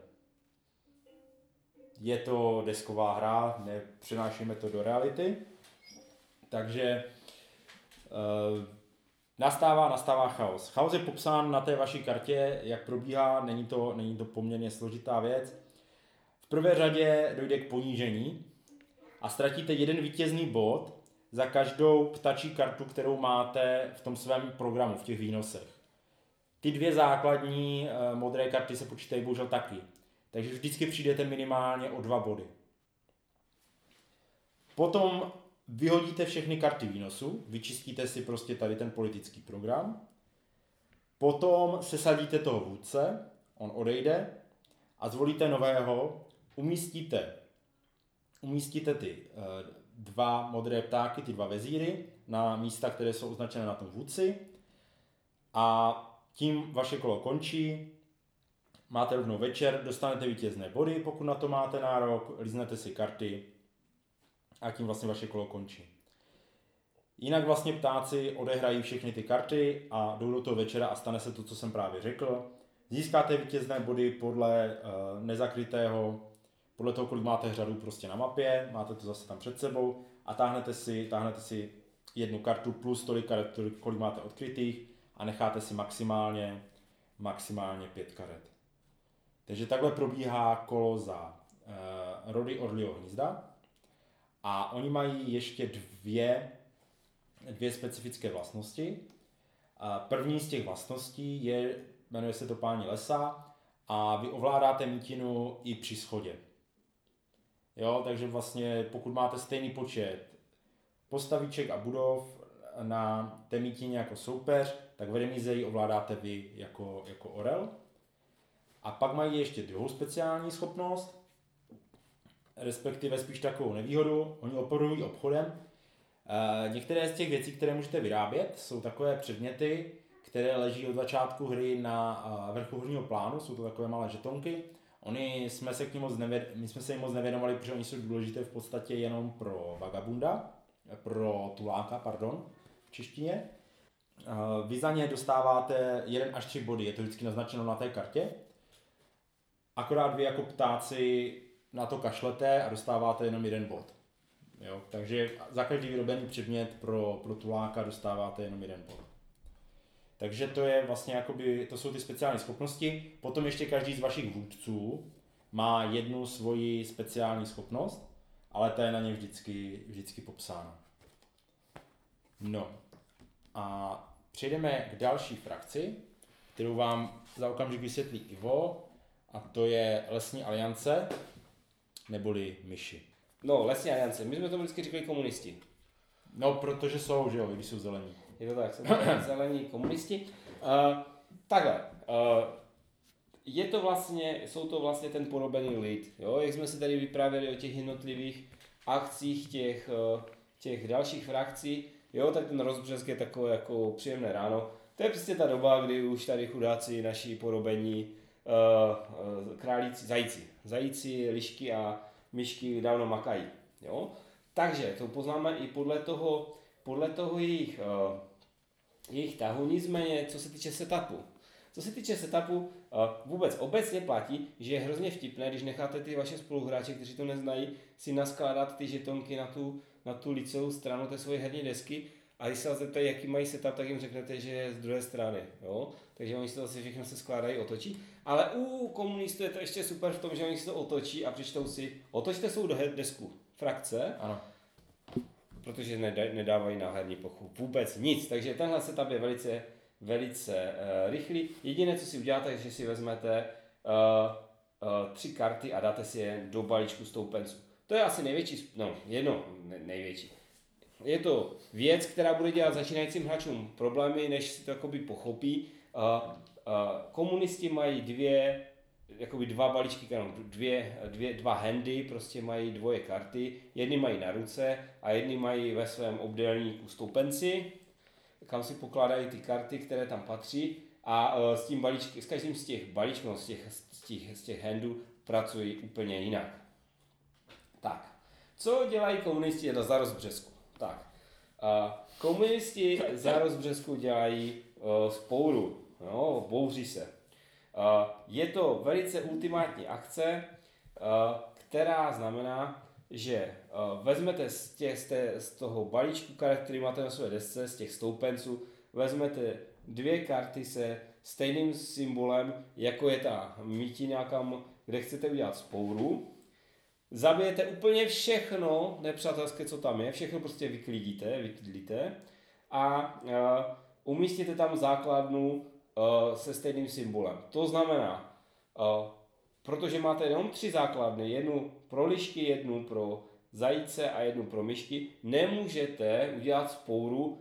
Je to desková hra, nepřenášíme to do reality, takže Nastává chaos. Chaos je popsán na té vaší kartě, jak probíhá, není to poměrně složitá věc. V prvé řadě dojde k ponížení a ztratíte jeden vítězný bod za každou ptačí kartu, kterou máte v tom svém programu, v těch výnosech. Ty 2 základní modré karty se počítají bohužel taky. Takže vždycky přijdete minimálně o 2 body. Potom vyhodíte všechny karty výnosu, vyčistíte si prostě tady ten politický program. Potom sesadíte toho vůdce, on odejde a zvolíte nového, umístíte ty 2 modré ptáky, ty 2 vezíry na místa, které jsou označené na tom vůdci a tím vaše kolo končí, máte rovnou večer, dostanete vítězné body, pokud na to máte nárok, líznete si karty a tím vlastně vaše kolo končí. Jinak vlastně ptáci odehrají všechny ty karty a jdou do toho večera a stane se to, co jsem právě řekl. Získáte vítězné body podle nezakrytého, podle toho, kolik máte řadů prostě na mapě, máte to zase tam před sebou a táhnete si 1 kartu plus tolik karet, kolik máte odkrytých a necháte si maximálně 5 karet. Takže takhle probíhá kolo za rody Orlího hnízda a oni mají ještě dvě specifické vlastnosti. První z těch vlastností jmenuje se to Páni lesa a vy ovládáte mítinu i při schodě. Jo, takže vlastně pokud máte stejný počet postavíček a budov na té mítině jako soupeř, tak v remíze ji ovládáte vy jako orel. A pak mají ještě druhou speciální schopnost, respektive spíš takovou nevýhodu, oni operují obchodem. Některé z těch věcí, které můžete vyrábět, jsou takové předměty, které leží od začátku hry na vrchu horního plánu, jsou to takové malé žetonky. My jsme se jim moc nevěnovali, protože oni jsou důležité v podstatě jenom pro pro tuláka, v češtině. Vy za ně dostáváte 1 až 3 body, je to vždycky naznačeno na té kartě. Akorát vy jako ptáci na to kašlete a dostáváte jenom 1 bod. Jo, takže za každý vyrobený předmět pro tuláka dostáváte jenom 1 bod. Takže to je vlastně to jsou ty speciální schopnosti. Potom ještě každý z vašich vůdců má 1 svoji speciální schopnost, ale ta je na ně vždycky popsána. No a přejdeme k další frakci, kterou vám za okamžik vysvětlí Ivo, a to je Lesní aliance, neboli myši. No, Lesní aliance, my jsme to vždycky říkali komunisti. No, protože jsou, že jo, když jsou zelení. Je to tak, jsou zelení komunisti. Takhle, jsou to vlastně ten porobený lid, jo? Jak jsme si tady vyprávěli o těch jednotlivých akcích těch dalších frakcí, jo, tak ten rozbřesk je takové jako příjemné ráno. To je přesně ta doba, kdy už tady chudáci naši porobení králíci, zajíci, lišky a myšky dávno makají, jo. Takže to poznáme i podle toho jejich tahu, nicméně co se týče setupu, vůbec obecně platí, že je hrozně vtipné, když necháte ty vaše spoluhráče, kteří to neznají, si naskládat ty žetonky na tu licovou stranu té svoje herní desky a když se vás zeptají, jaký mají setup, tak jim řeknete, že je z druhé strany, jo? Takže oni si to zase všechno se skládají, otočí. Ale u komunistů je to ještě super v tom, že oni si to otočí a přečtou si, otočte svou desku frakce, ano. Protože nedávají na herní plochu vůbec nic, takže tenhle setup je velice rychlý. Jediné, co si uděláte, je, že si vezmete 3 karty a dáte si je do balíčku stoupenců. To je asi největší. Je to věc, která bude dělat začínajícím hráčům problémy, než si to jakoby pochopí. Komunisti mají 2 balíčky, dva handy, prostě mají 2 karty, jedny mají na ruce a jedny mají ve svém obdélníku stoupenci, kam si pokládají ty karty, které tam patří a s každým z těch balíčků, z těch handů pracují úplně jinak. Tak, co dělají komunisti za rozbřesku? Tak, komunisti za rozbřesku dělají spouru, no, bouří se. Je to velice ultimátní akce, která znamená, že vezmete z toho balíčku karet, který máte na své desce, z těch stoupenců, vezmete 2 karty se stejným symbolem, jako je ta mítina, kde chcete udělat vzpouru. Zabijete úplně všechno nepřátelské, co tam je, všechno prostě vyklidíte a umístíte tam základnu se stejným symbolem. To znamená, protože máte jenom 3 základny, jednu pro lišky, jednu pro zajíce a jednu pro myšky, nemůžete udělat vzpouru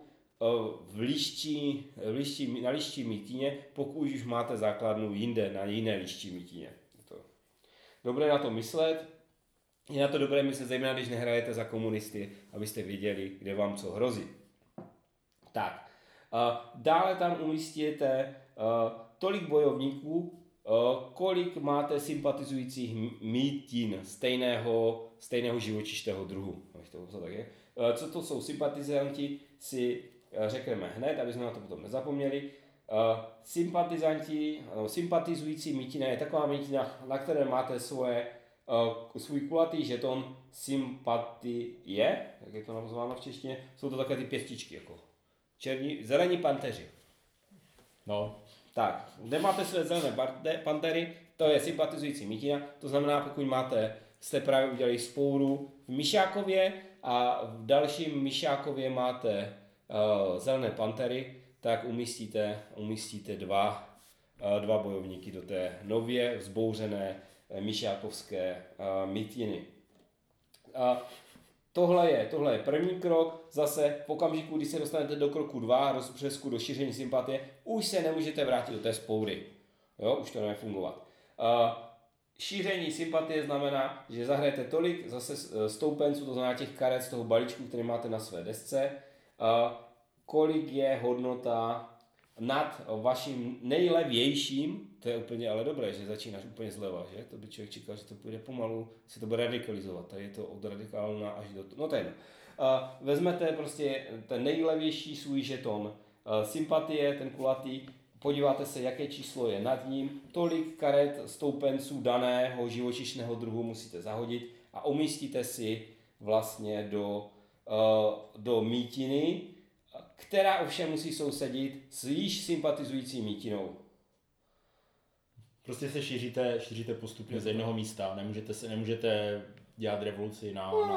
na liští mítině, pokud už máte základnu jinde, na jiné liští mítině. Dobré na to myslet. Je na to dobré myslet, zejména když nehrajete za komunisty, abyste věděli, kde vám co hrozí. Tak, dále tam umístíte tolik bojovníků, kolik máte sympatizujících mítin stejného živočištného druhu. Co to jsou sympatizanti, si řekneme hned, aby jsme na to potom nezapomněli. Sympatizující mítina je taková mítina, na které máte svůj kulatý žeton sympatie, jak je to nazváno v češtině, jsou to takové ty pěstičky, jako zelení panteři. No. Tak, kde máte své zelené pantery, to je sympatizující mítina, to znamená, pokud jste právě udělali vzpouru v Myšákově a v dalším Myšákově máte zelené pantery, tak umístíte dva bojovníky do té nově vzbouřené myšákovské mítiny. Tohle je první krok, zase v okamžiku, kdy se dostanete do kroku 2, rozbřesku do šíření sympatie, už se nemůžete vrátit do té vzpoury. Jo, už to nemůže fungovat. Šíření sympatie znamená, že zahrajete tolik zase stoupenců, to znamená těch karet z toho balíčku, který máte na své desce, kolik je hodnota nad vaším nejlevějším, to je úplně ale dobré, že začínáš úplně zleva, že? To by člověk čekal, že to půjde pomalu, se to bude radikalizovat, tady je to od radikálna až do... No to je jedno. Vezmete prostě ten nejlevější svůj žeton sympatie, ten kulatý, podíváte se, jaké číslo je nad ním, tolik karet stoupenců daného živočišného druhu musíte zahodit a umístíte si vlastně do mítiny, která ovšem musí sousedit s již sympatizující mítinou. Prostě se šíříte postupně z jednoho místa, nemůžete dělat revoluci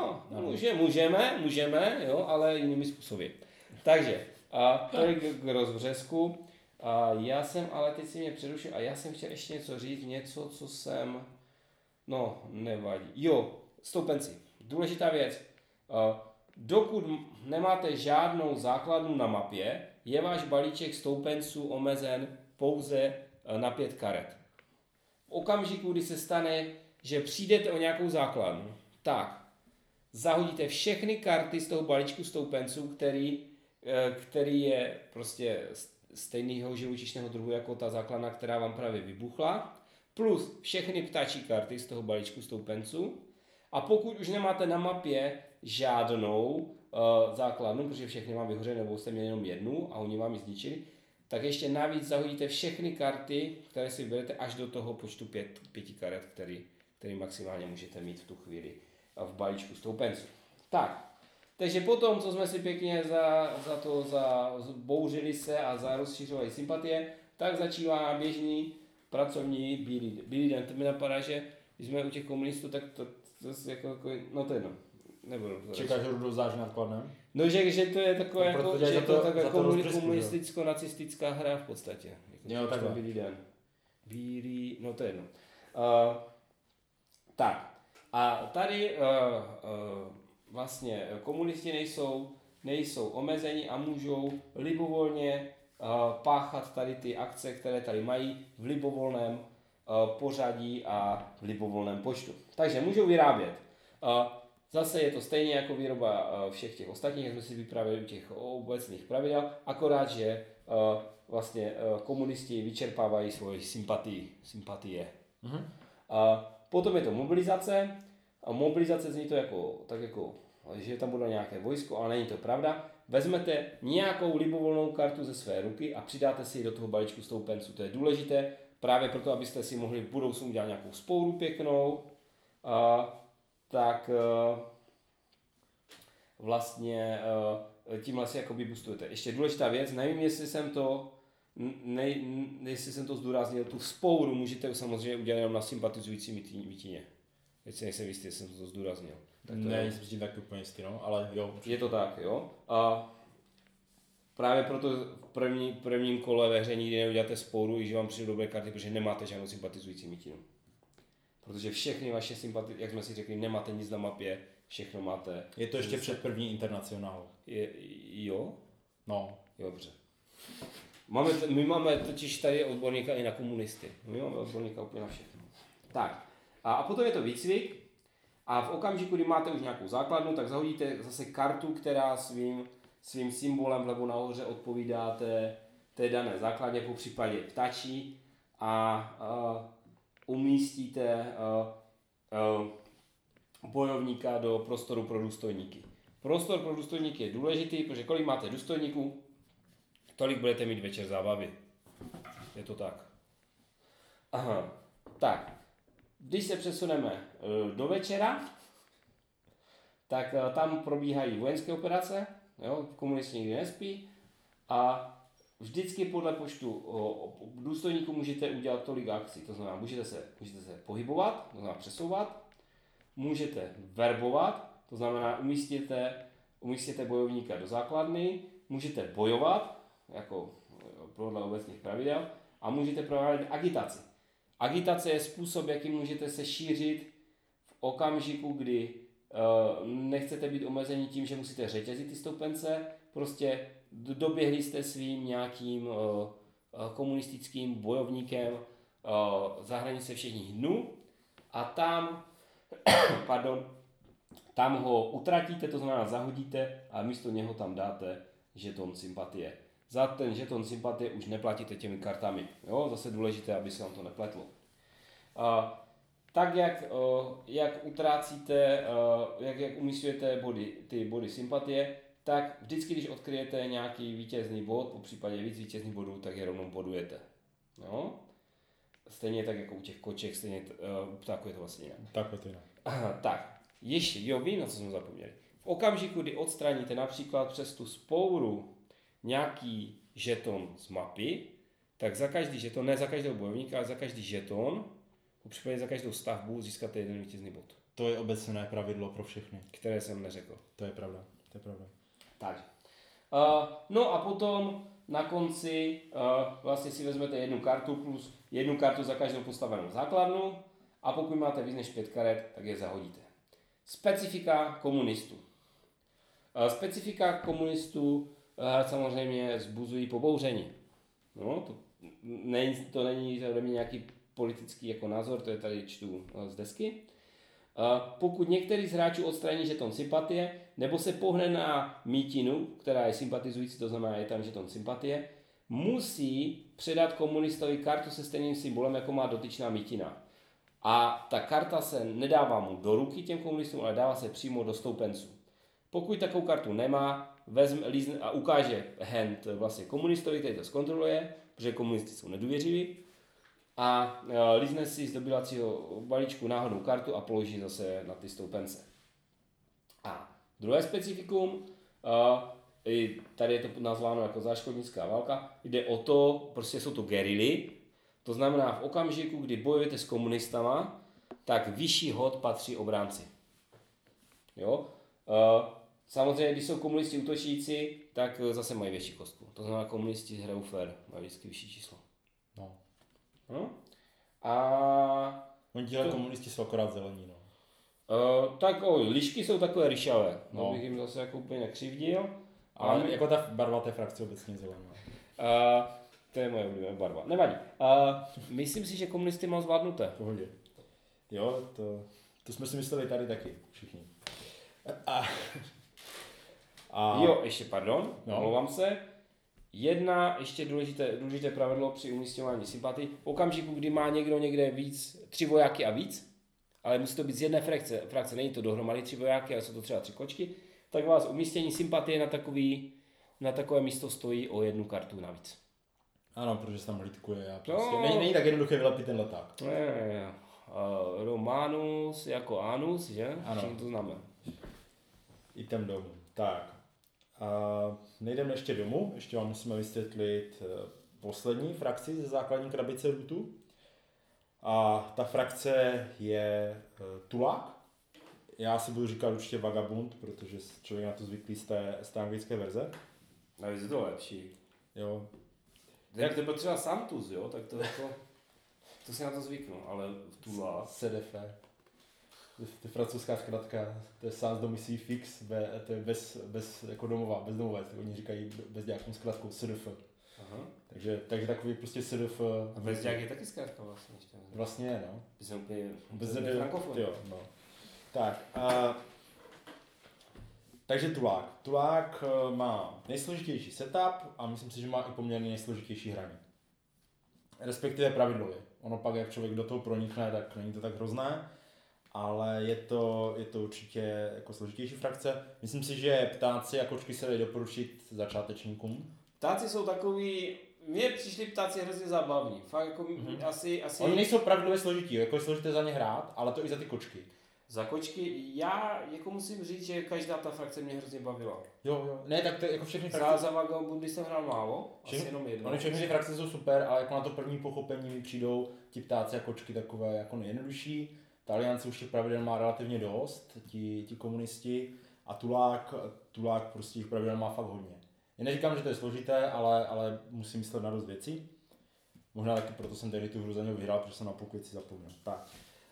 můžeme, jo, ale jinými způsoby. Takže, tolik k rozbřesku. Já jsem, ale teď si mě přerušil a já jsem chtěl ještě něco říct, něco, co jsem, nevadí. Jo, stoupenci, důležitá věc. Dokud nemáte žádnou základnu na mapě, je váš balíček stoupenců omezen pouze na 5 karet. V okamžiku, kdy se stane, že přijdete o nějakou základnu, tak zahodíte všechny karty z toho balíčku stoupenců, který je prostě stejného živočišného druhu jako ta základna, která vám právě vybuchla, plus všechny ptačí karty z toho balíčku stoupenců. A pokud už nemáte na mapě žádnou základnu, protože všechny vám vyhořely, nebo jste měli jenom jednu a oni vám ji zničili, tak ještě navíc zahodíte všechny karty, které si vyberete až do toho počtu 5 karet, který maximálně můžete mít v tu chvíli v balíčku stoupenců. Tak, takže potom, co jsme si pěkně bouřili se a zarozšířovali sympatie, tak začíná běžný pracovní bílý den. To mi napadá, že když jsme u těch komunistů, tak to jako to je jedno. Čekáš, že Rudolf září nad Kladnem? No, že to je takové jako, že je to taková komunisticko-nacistická hra v podstatě. Jo, takhle. Bílý den. To je jedno. Tak. A tady vlastně komunisti nejsou omezeni a můžou libovolně páchat tady ty akce, které tady mají v libovolném pořadí a v libovolném počtu. Takže můžou vyrábět. Zase je to stejně jako výroba všech těch ostatních, jak jsme si vyprávěli u těch obecných pravidel, akorát, že vlastně komunisti vyčerpávají svoji sympatie. Mm-hmm. Potom je to mobilizace. A mobilizace zní to jako, že tam bude nějaké vojsko, ale není to pravda. Vezmete nějakou libovolnou kartu ze své ruky a přidáte si ji do toho balíčku stoupenců. To je důležité právě proto, abyste si mohli v budoucnu udělat nějakou vzpouru pěknou. tak vlastně tímhle si jakoby boostujete. Ještě důležitá věc, nevím, jestli jsem to zdůraznil, tu vzpouru můžete samozřejmě udělat jenom na sympatizující mítině. Teď si nejsem jistý, jestli jsem to zdůraznil. Tak to ne, jsem si tím tak úplně jistý, no, ale jo. Určitě. Je to tak, jo. A právě proto v prvním kole ve hře nikdy neuděláte spouru, i že vám přijde dobré karty, protože nemáte žádnou sympatizující mítinu. Protože všechny vaše sympatie, jak jsme si řekli, nemáte nic na mapě, všechno máte. Je to ještě před první internacionál. Jo? No. Jo, dobře. My máme totiž tady odborníka i na komunisty. My máme odborníka úplně na všechno. Tak. A potom je to výcvik. A v okamžiku, kdy máte už nějakou základnu, tak zahodíte zase kartu, která svým symbolem vlevo nahoře odpovídá té dané základně, po případě ptačí, a umístíte bojovníka do prostoru pro důstojníky. Prostor pro důstojníky je důležitý, protože kolik máte důstojníků, tolik budete mít večer zábavy. Je to tak. Aha. Tak. Když se přesuneme do večera, tak tam probíhají vojenské operace, jo, komunisti nikdy nespí a vždycky podle počtu důstojníků můžete udělat tolik akcí. To znamená, můžete se pohybovat, to znamená přesouvat, můžete verbovat, to znamená umístíte bojovníka do základny, můžete bojovat, jako podle obecných pravidel, a můžete provádět agitaci. Agitace je způsob, jakým můžete se šířit v okamžiku, kdy nechcete být omezeni tím, že musíte řetězit ty stoupence, prostě doběhli jste svým nějakým komunistickým bojovníkem za hranice všech dnů a tam ho utratíte, to znamená zahodíte a místo něho tam dáte žeton sympatie. Za ten žeton sympatie už neplatíte těmi kartami. Jo? Zase důležité, aby se vám to nepletlo. Tak jak utrácíte, jak umístujete ty body sympatie, tak vždycky, když odkryjete nějaký vítězný bod, po případě víc vítězných bodů, tak je rovnou bodujete. No? Stejně tak jako u těch koček, stejně u ptáků je to vlastně jinak. Tak je to jinak. Tak, ještě, vím, na co jsme zapomněli. V okamžiku, kdy odstraníte například přes tu spouru nějaký žeton z mapy, tak za každý žeton, ne za každého bojovníka, ale za každý žeton, po případě za každou stavbu získáte jeden vítězný bod. To je obecné pravidlo pro všechny. Které jsem neřekl. To je pravda. Takže. No a potom na konci vlastně si vezmete jednu kartu plus jednu kartu za každou postavenou základnu a pokud máte víc než 5 karet, tak je zahodíte. Specifika komunistů. Specifika komunistů samozřejmě vzbuzují pobouření. No, to není ode mě nějaký politický jako názor, to je tady čtu z desky. Pokud některý z hráčů odstraní žeton sympatie, nebo se pohne na mítinu, která je sympatizující, to znamená, je tam žeton sympatie, musí předat komunistovi kartu se stejným symbolem, jako má dotyčná mítina. A ta karta se nedává mu do ruky těm komunistům, ale dává se přímo do stoupenců. Pokud takovou kartu nemá, lízne a ukáže hand vlastně komunistovi, který to zkontroluje, protože komunisti jsou nedůvěřiví, a lízne si z dobývacího balíčku náhodnou kartu a položí zase na ty stoupence. A druhé specifikum, tady je to nazváno jako záškodnická válka, jde o to, prostě jsou to gerily, to znamená v okamžiku, kdy bojujete s komunistama, tak vyšší hod patří obránci. Jo? Samozřejmě, když jsou komunisti útočící, tak zase mají větší kostku. To znamená, komunisti hrajou fair, mají vždycky vyšší číslo. No? A oni dělají komunisti jsou akorát zelení, no. Tak lišky jsou takové ryšavé, no. Bych jim zase jako úplně nekřivdil. Ale jako ta barva té frakce obecně zelená. To je moje oblíbená barva. Nevadí. Myslím si, že komunisty mám zvládnuté. V pohodě. Jo, to jsme si mysleli tady taky, všichni. Jo, ještě pardon, omlouvám se. Jedna ještě důležité pravidlo při umísťování sympatii. V okamžiku, kdy má někdo někde 3 vojáky a víc, ale musí to být z jedné frakce, není to dohromady 3 vojáky, ale jsou to třeba 3 kočky, tak vás umístění sympatie na takové místo stojí o 1 kartu navíc. Ano, protože se tam hlídkuje a prostě není tak jednoduché vylepit ten leták. Romanus jako anus, že? Ano. Všichni to známe. Jdem domů. Tak. Nejdeme ještě domů, ještě vám musíme vysvětlit poslední frakci ze základní krabice rootu. A ta frakce je tulák. Já si budu říkat určitě vagabund, protože člověk na to zvyklý z té anglické verze. A je to lepší. Jo. Jak to byl třeba Santus, jo, tak to si na to zvyknu, ale v tulák. CDF. To je francouzská zkratka, to je sans domicile fix, to je bez jako domova, bez domova, oni říkají bez nějakou zkratkou CDF. Aha. Takže takový prostě CDF. A bezďák je taky zkrátka vlastně ještě. Vlastně je, no. Ty jsem úplně Bez frankofon. jo, no. Tak, takže tulák. Tulák má nejsložitější setup a myslím si, že má i poměrně nejsložitější hraní. Respektive pravidlově. Ono pak, jak člověk do toho pronikne, tak není to tak hrozné, ale je to určitě jako složitější frakce. Myslím si, že ptáci a kočky se dají doporučit začátečníkům. Ptáci jsou takový, mně přišli ptáci hrozně zábavní. Fakt jako asi... Oni nejsou pravidlově složití, jako je složité za ně hrát, ale to i za ty kočky. Za kočky, já jako musím říct, že každá ta frakce mě hrozně bavila. Jo. Ne, tak to je jako všechny frakce. Za Vagabundy jsem hrál málo, asi jenom jedno. Oni všechny ty frakce jsou super, ale jako na to první pochopení mi přijdou ti ptáci a kočky takové jako nejjednodušší. Ta aliance už těch pravidel má relativně dost, ti komunisti, a tulák prostě těch pravidel má fakt hodně. Já neříkám, že to je složité, ale musím myslet na dost věcí. Možná taky proto jsem tehdy tu hru za něj vyhrál, protože jsem na půlku věcí zapomněl. Tak.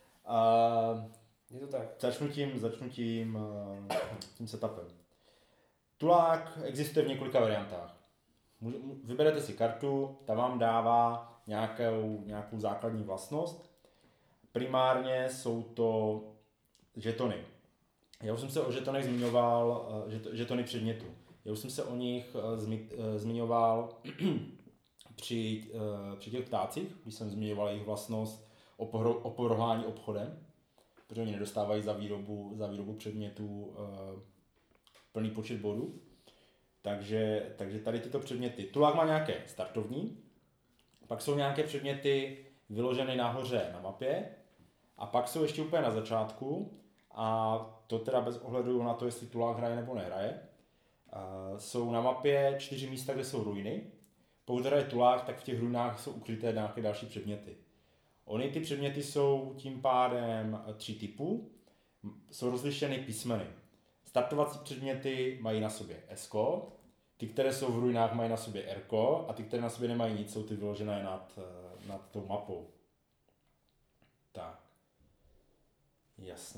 Je to tak. Začnu tím setupem. Tulák existuje v několika variantách. Vyberete si kartu, ta vám dává nějakou základní vlastnost. Primárně jsou to žetony. Já už jsem se o žetonech zmiňoval, žetony předmětu. Já už jsem se o nich zmiňoval při těch ptácích, když jsem zmiňoval jejich vlastnost opovrhování obchodem, protože oni nedostávají za výrobu předmětů plný počet bodů. Takže tady tyto předměty. Tulák má nějaké startovní, pak jsou nějaké předměty vyložené nahoře na mapě a pak jsou ještě úplně na začátku, a to teda bez ohledu na to, jestli tulák hraje nebo nehraje. Jsou na mapě 4 místa, kde jsou ruiny. Pokud hraje tulák, tak v těch ruinách jsou ukryté nějaké další předměty. Ony ty předměty jsou tím pádem 3 typů, jsou rozlišeny písmeny. Startovací předměty mají na sobě S, ty, které jsou v ruinách, mají na sobě R, a ty, které na sobě nemají nic, jsou ty vyložené nad tou mapou. Tak. Jasně.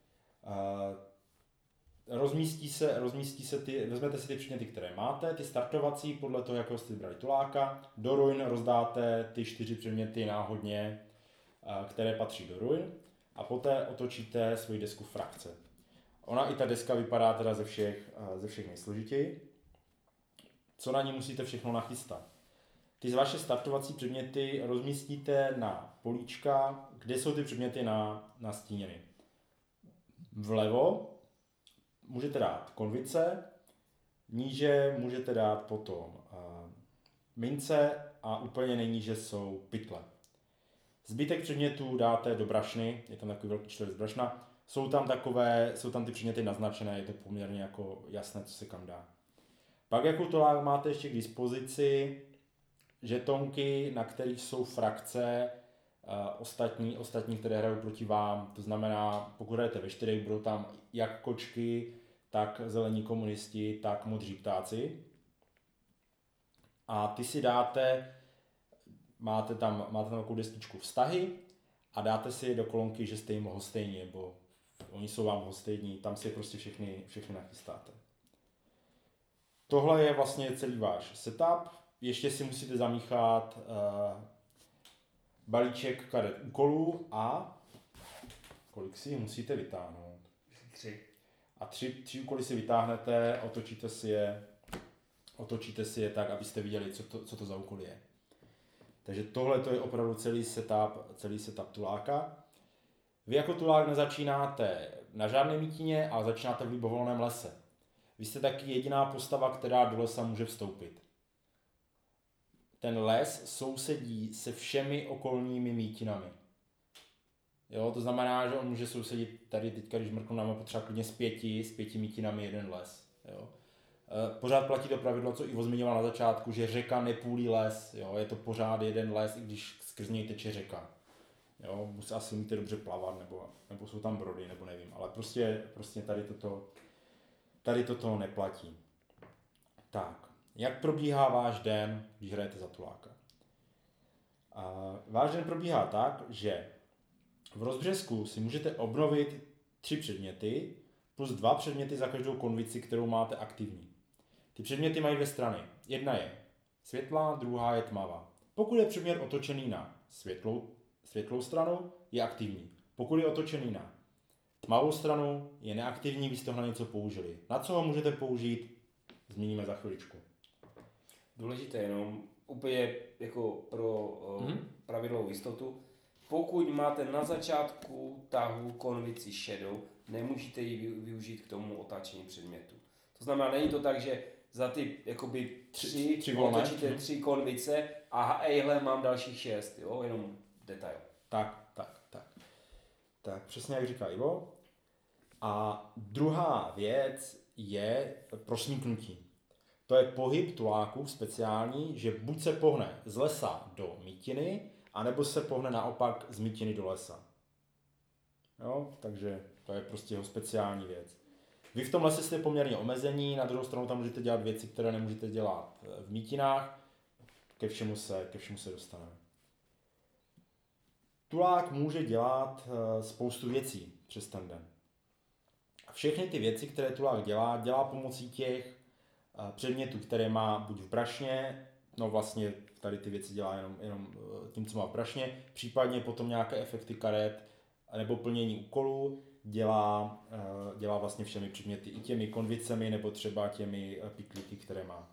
Vezmete si ty předměty, které máte, ty startovací, podle toho, jakého jste vybrali tuláka. Do ruin rozdáte ty 4 předměty náhodně, které patří do ruin, a poté otočíte svoji desku frakce. Ona i ta deska vypadá teda ze všech nejsložitěji. Co na ní musíte všechno nachystat? Ty vaše startovací předměty rozmístíte na políčka, kde jsou ty předměty nastíněny. Vlevo můžete dát konvice, níže můžete dát potom mince a úplně nejníže jsou pytle. Zbytek předmětů dáte do brašny, je tam takový velký čtverec brašna, jsou tam ty předměty naznačené, je to poměrně jako jasné, co se kam dá. Pak jako tulák máte ještě k dispozici žetonky, na kterých jsou frakce ostatní, které hrajou proti vám. To znamená, pokud hrajete ve 4, budou tam jak kočky, tak zelení komunisti, tak modří ptáci. A ty si máte tam takovou destičku vztahy a dáte si do kolonky, že jste jim lhostejní, nebo oni jsou vám lhostejní, tam si prostě všechny nachystáte. Tohle je vlastně celý váš setup. Ještě si musíte zamíchat balíček karet úkolů a kolik si musíte vytáhnout? 3. A 3 úkoly si vytáhnete, otočíte si je tak, abyste viděli, co to za úkol je. Takže tohle to je opravdu celý setup tuláka. Vy jako tulák nezačínáte na žádné mítině, ale začínáte v libovolném lese. Vy jste taky jediná postava, která do lesa může vstoupit. Ten les sousedí se všemi okolními mítinami. Jo, to znamená, že on může sousedit tady teďka, když mrknu na mapu, třeba klidně s pěti mítinami jeden les. Jo. Pořád platí to pravidlo, co Ivo zmiňoval na začátku, že řeka nepůlí les, jo, je to pořád jeden les, i když skrz něj teče řeka. Jo, asi umíte dobře plavat, nebo jsou tam brody, nebo nevím, ale prostě tady toto neplatí. Tak, jak probíhá váš den, když hrajete za tuláka? Váš den probíhá tak, že v rozbřesku si můžete obnovit 3 předměty plus 2 předměty za každou konvici, kterou máte aktivní. Ty předměty mají 2 strany. Jedna je světlá, druhá je tmavá. Pokud je předmět otočený na světlou stranu, je aktivní. Pokud je otočený na tmavou stranu, je neaktivní, vy jste ho na něco použili. Na co ho můžete použít, zmíníme za chviličku. Důležité jenom úplně jako pro pravidlovou jistotu. Pokud máte na začátku tahu konvici šedou, nemůžete ji využít k tomu otáčení předmětu. To znamená, není to tak, že za ty jakoby 3 otočíte 3 konvice a ejhle, mám dalších 6, jo, jenom detail. Tak, přesně jak říká Ivo. A druhá věc je prosmíknutí. To je pohyb tuláků speciální, že buď se pohne z lesa do mítiny, anebo se pohne naopak z mítiny do lesa. Jo, takže to je prostě jeho speciální věc. Vy v tom lese jste poměrně omezení, na druhou stranu tam můžete dělat věci, které nemůžete dělat v mítinách, ke všemu se dostaneme. Tulák může dělat spoustu věcí přes ten den. A všechny ty věci, které tulák dělá pomocí těch předmětů, které má buď v brašně, no vlastně tady ty věci dělá jenom tím, co má v brašně, případně potom nějaké efekty karet, nebo plnění úkolů, dělá vlastně všemi předměty, i těmi konvicemi, nebo třeba těmi piklíky, které má.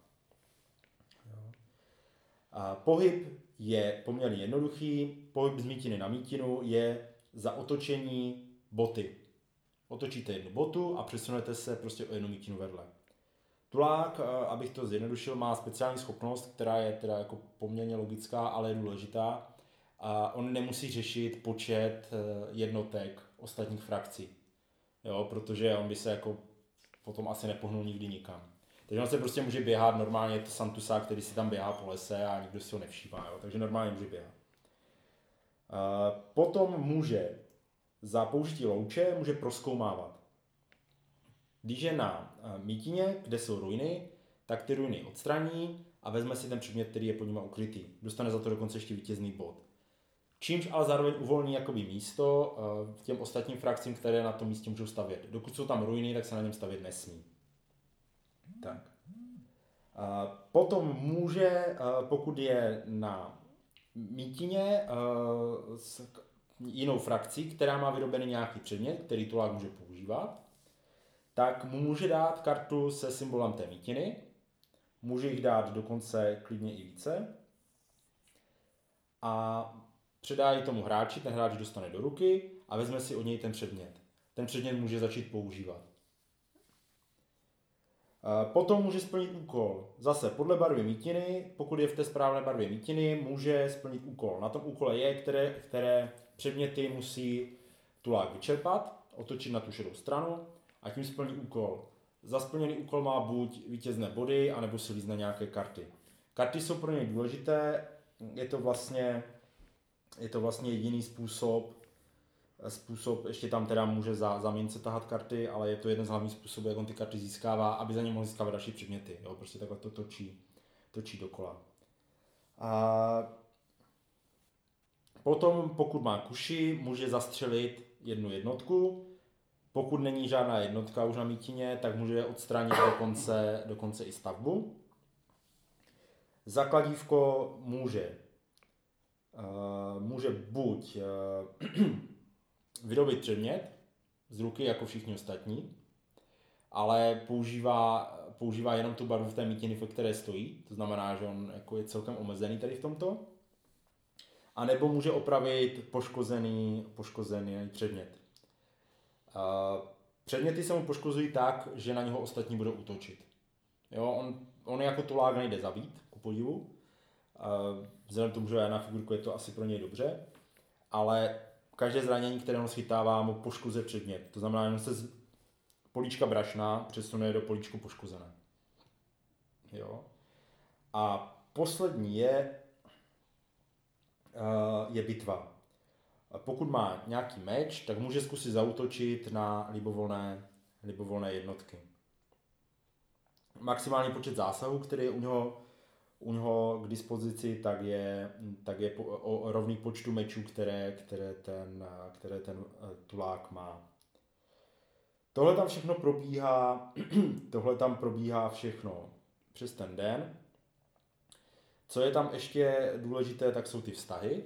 Pohyb je poměrně jednoduchý. Pohyb z mítiny na mítinu je za otočení boty. Otočíte jednu botu a přesunete se prostě o jednu mítinu vedle. Tulák, abych to zjednodušil, má speciální schopnost, která je teda jako poměrně logická, ale je důležitá. A on nemusí řešit počet jednotek ostatních frakcí. Jo, protože on by se jako potom asi nepohnul nikdy nikam. Takže on se prostě může běhat normálně, je to Santusa, který si tam běhá po lese a nikdo si ho nevšímá, jo? Takže normálně může běhat. Potom může za použití louče může prozkoumávat. Když je na mítině, kde jsou ruiny, tak ty ruiny odstraní a vezme si ten předmět, který je pod nimi ukrytý. Dostane za to dokonce ještě vítězný bod. Čímž ale zároveň uvolní jakoby místo těm ostatním frakcím, které na tom místě můžou stavět. Dokud jsou tam ruiny, tak se na něm stavět nesmí. Tak. Potom může, pokud je na mítině s jinou frakcí, která má vyrobený nějaký předmět, který tulák může používat, tak mu může dát kartu se symbolem té mítiny, může jich dát dokonce klidně i více a předá ji tomu hráči, ten hráč dostane do ruky a vezme si od něj ten předmět. Ten předmět může začít používat. Potom může splnit úkol. Zase podle barvy mítiny, pokud je v té správné barvě mítiny, může splnit úkol. Na tom úkole je, které předměty musí tulák vyčerpat, otočit na tu šedou stranu a tím splní úkol. Za splněný úkol má buď vítězné body, anebo si lízne nějaké karty. Karty jsou pro něj důležité, je to vlastně jediný způsob, ještě tam teda může za mince tahat karty, ale je to jeden z hlavních způsobů, jak on ty karty získává, aby za ně mohl získávat další předměty. Jo? Prostě takhle to točí dokola. A potom, pokud má kuši, může zastřelit jednu jednotku. Pokud není žádná jednotka už na mítině, tak může odstranit dokonce i stavbu. Za kladívko může buď vyrobit předmět z ruky jako všichni ostatní, ale používá jenom tu barvu v té mítiny, ve které stojí, to znamená, že on jako je celkem omezený tady v tomto. A nebo může opravit poškozený předmět. Předměty se mu poškozují tak, že na něho ostatní budou útočit. Jo, on jako tulák nejde zabít, ku podivu. Vzhledem k tomu, že je na figurku, je to asi pro něj dobře, ale každé zranění, které on schytává, mu poškozuje předmět. To znamená, že se z políčka brašna přesune do políčku poškozené. Jo. A poslední je bitva. Pokud má nějaký meč, tak může zkusit zaútočit na libovolné jednotky. Maximální počet zásahů, který je u něho k dispozici, tak je rovný počtu mečů, které ten tulák má. Tohle tam probíhá všechno přes ten den. Co je tam ještě důležité, tak jsou ty vztahy.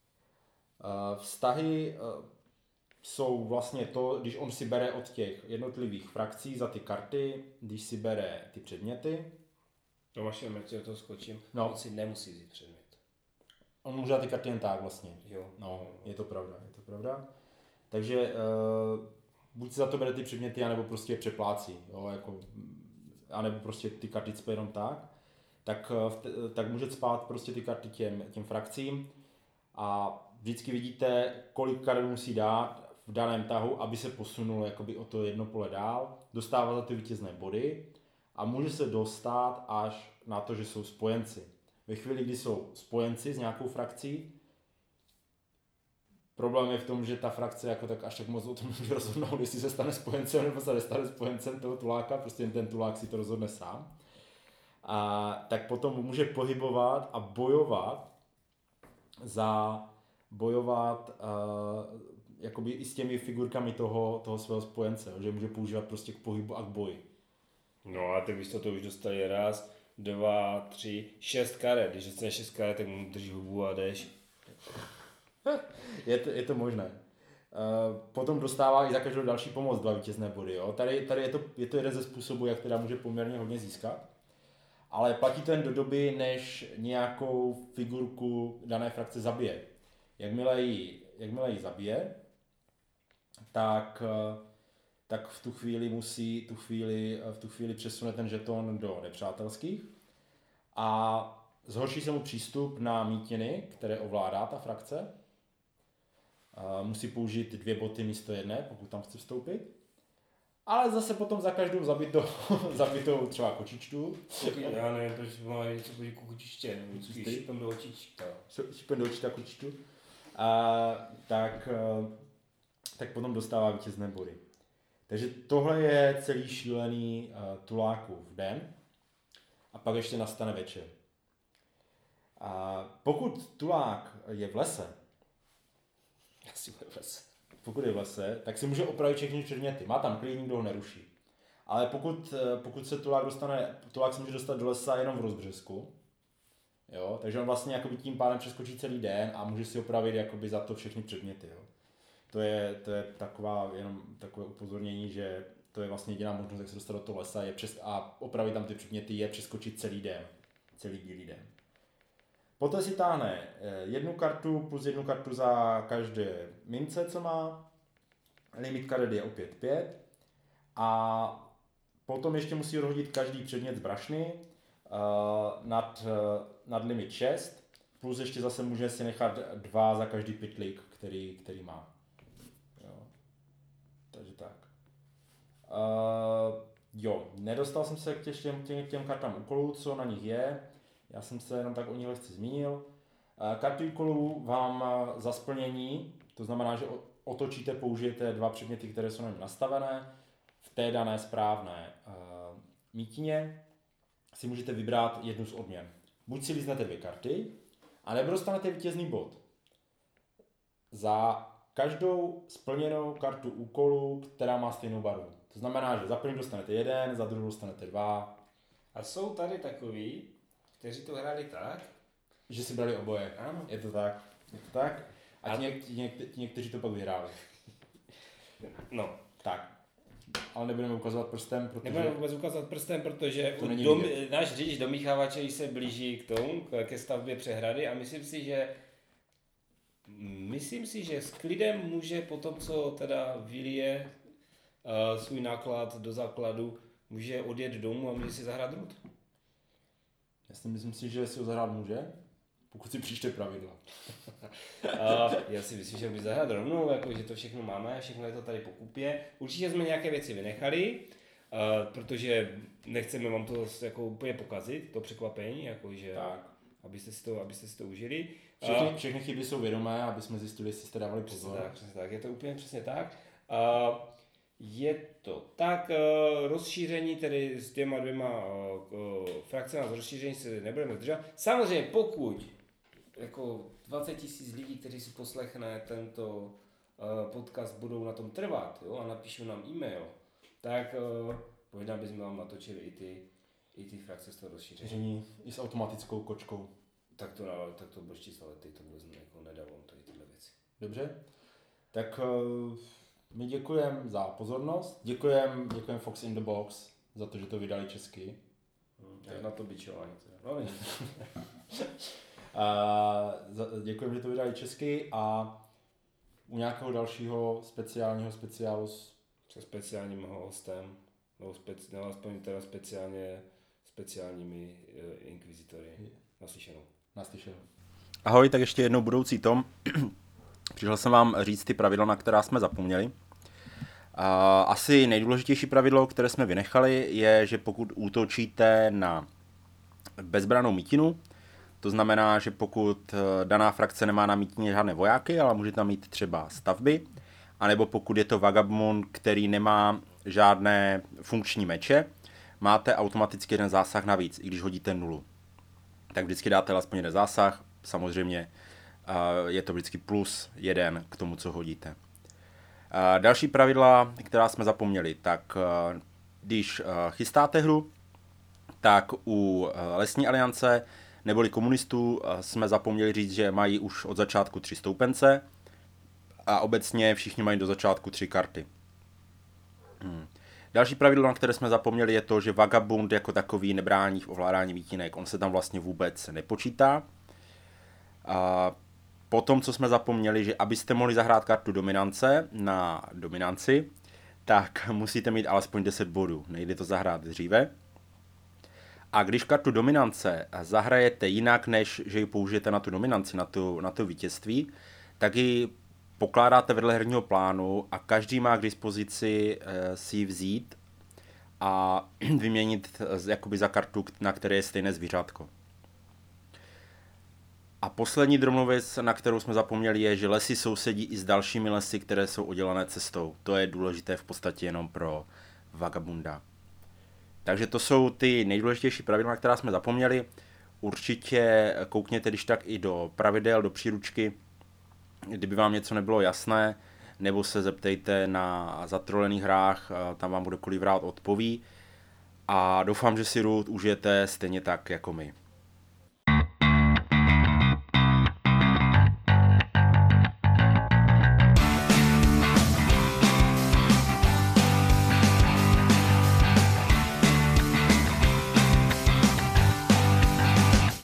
Vztahy jsou vlastně to, když on si bere od těch jednotlivých frakcí za ty karty, když si bere ty předměty. No vaše mrtě, to skočím. No. On si nemusí vzít předmět. On může dát ty karty jen tak vlastně. Jo. No, je to pravda. Takže buď si za to bere ty předměty, anebo prostě je přeplácí. Jo, jako, anebo prostě ty karty cpe jenom tak může spát prostě ty karty těm frakcím a vždycky vidíte, kolik karet musí dát v daném tahu, aby se posunul jakoby o to jedno pole dál, dostává za ty vítězné body a může se dostat až na to, že jsou spojenci. Ve chvíli, kdy jsou spojenci s nějakou frakcí, problém je v tom, že ta frakce jako tak až tak moc o tom může rozhodnout, jestli se stane spojencem nebo se nestane spojencem toho tuláka, prostě ten tulák si to rozhodne sám. A tak potom může pohybovat a bojovat jakoby i s těmi figurkami toho svého spojence, že může používat prostě k pohybu a k boji. No a ty byste to už dostali 1, 2, 3, 6 karet. Když dostaneš 6 karet, tak mu drží hubu a jdeš. Je to možné. Potom dostává i za každou další pomoc 2 vítězné body. Jo? Tady je to jeden ze způsobů, jak teda může poměrně hodně získat. Ale platí to jen do doby, než nějakou figurku dané frakce zabije. Jakmile ji zabije, tak v tu chvíli přesune ten žeton do nepřátelských a zhorší se mu přístup na mítiny, které ovládá ta frakce. Musí použít 2 boty místo 1, pokud tam chce vstoupit. Ale zase potom za každou zabitou třeba kočičtu. Já nevím, proč má něco proti kočiště, nebo vždycky šipem do očička. Šipem do očička kočičtu. Tak potom dostává vítězné body. Takže tohle je celý šílený tulákův den. A pak ještě nastane večer. Pokud tulák je v lese, pokud je v lese, tak si může opravit všechny předměty. Má tam klid, nikdo ho neruší. Ale pokud se tulák se může dostat do lesa jenom v rozbřesku. Jo? Takže on vlastně jakoby tím pádem přeskočí celý den a může si opravit jakoby za to všechny předměty. Jo? To je jenom takové upozornění, že to je vlastně jediná možnost, jak se dostat do toho lesa a opravit tam ty předměty je přeskočit celý bílý den. Poté si táhne 1 kartu plus 1 kartu za každé mince, co má. Limit karet je opět 5. A potom ještě musí odhodit každý předmět z brašny nad limit 6. Plus ještě zase může si nechat 2 za každý pytlík, který má. Jo. Takže tak. Nedostal jsem se k těm kartám úkolů, co na nich je. Já jsem se jenom tak o ní lehce zmínil. Karty úkolů vám za splnění, to znamená, že použijete 2 předměty, které jsou na něm nastavené. V té dané správné mítině si můžete vybrat jednu z odměn. Buď si líznete 2 karty, anebo dostanete vítězný bod. Za každou splněnou kartu úkolu, která má stejnou barvu. To znamená, že za první dostanete 1, za druhou dostanete 2. A jsou tady takový, kteří to hráli tak, že si brali oboje. Ano. Je to tak. A někteří to pak vyhráli. No. Tak. Ale nebudeme ukazovat prstem, protože náš řidič domíchávače se blíží k tomu, ke stavbě přehrady a myslím si, že s klidem může po tom, co teda vylije svůj náklad do základu, může odjet domů a může si zahrát drut. Myslím si, že si ho zahrát může, pokud si přečte pravidla. Já si myslím, že můžu zahrát rovnou, jako, že to všechno máme, všechno je to tady po kupě. Určitě jsme nějaké věci vynechali, protože nechceme vám to jako úplně pokazit, to překvapení, jakože, abyste si to užili. Všechny chyby jsou vědomé, aby jsme zjistili, jestli jste dávali pozor. Přesně tak, je to úplně přesně tak. Je to tak, rozšíření tedy s těma dvěma frakcemi z rozšíření se nebudeme zdržovat. Samozřejmě pokud jako 20 000 lidí, kteří si poslechne tento podcast, budou na tom trvat, jo, a napíšou nám e-mail, tak možná bychom vám natočili i ty frakce z toho rozšíření. I s automatickou kočkou. Tak to bude číslo lety, to vůbec jako nedávám tady tyhle věci. Dobře, tak my děkujeme za pozornost, děkujeme Fox in the Box za to, že to vydali česky. Jak na to bičování. No, děkujeme, že to vydali česky a u nějakého dalšího speciálu se speciálním hostem, nebo aspoň teda speciálními inkvizitory. Naslyšenou. Ahoj, tak ještě jednou budoucí Tom. Přišel jsem vám říct ty pravidla, na která jsme zapomněli. Asi nejdůležitější pravidlo, které jsme vynechali, je, že pokud útočíte na bezbrannou mítinu, to znamená, že pokud daná frakce nemá na mítině žádné vojáky, ale může tam mít třeba stavby, anebo pokud je to vagabund, který nemá žádné funkční meče, máte automaticky jeden zásah navíc, i když hodíte 0. Tak vždycky dáte aspoň jeden zásah, samozřejmě je to vždycky +1 k tomu, co hodíte. Další pravidla, která jsme zapomněli, tak když chystáte hru, tak u Lesní aliance neboli komunistů jsme zapomněli říct, že mají už od začátku 3 stoupence a obecně všichni mají do začátku 3 karty. Další pravidlo, na které jsme zapomněli, je to, že vagabund jako takový nebrání v ovládání mítinek, on se tam vlastně vůbec nepočítá. A potom, co jsme zapomněli, že abyste mohli zahrát kartu dominance na dominanci, tak musíte mít alespoň 10 bodů, nejde to zahrát dříve. A když kartu dominance zahrajete jinak, než že ji použijete na tu dominanci, na to vítězství, tak ji pokládáte vedle herního plánu a každý má k dispozici si ji vzít a vyměnit jakoby za kartu, na které je stejné zvířátko. A poslední drobnou věc, na kterou jsme zapomněli, je, že lesy sousedí i s dalšími lesy, které jsou oddělené cestou. To je důležité v podstatě jenom pro vagabunda. Takže to jsou ty nejdůležitější pravidla, na která jsme zapomněli. Určitě koukněte když tak i do pravidel, do příručky, kdyby vám něco nebylo jasné, nebo se zeptejte na zatrolených hrách, tam vám kdokoliv rád odpoví. A doufám, že si Root užijete stejně tak jako my.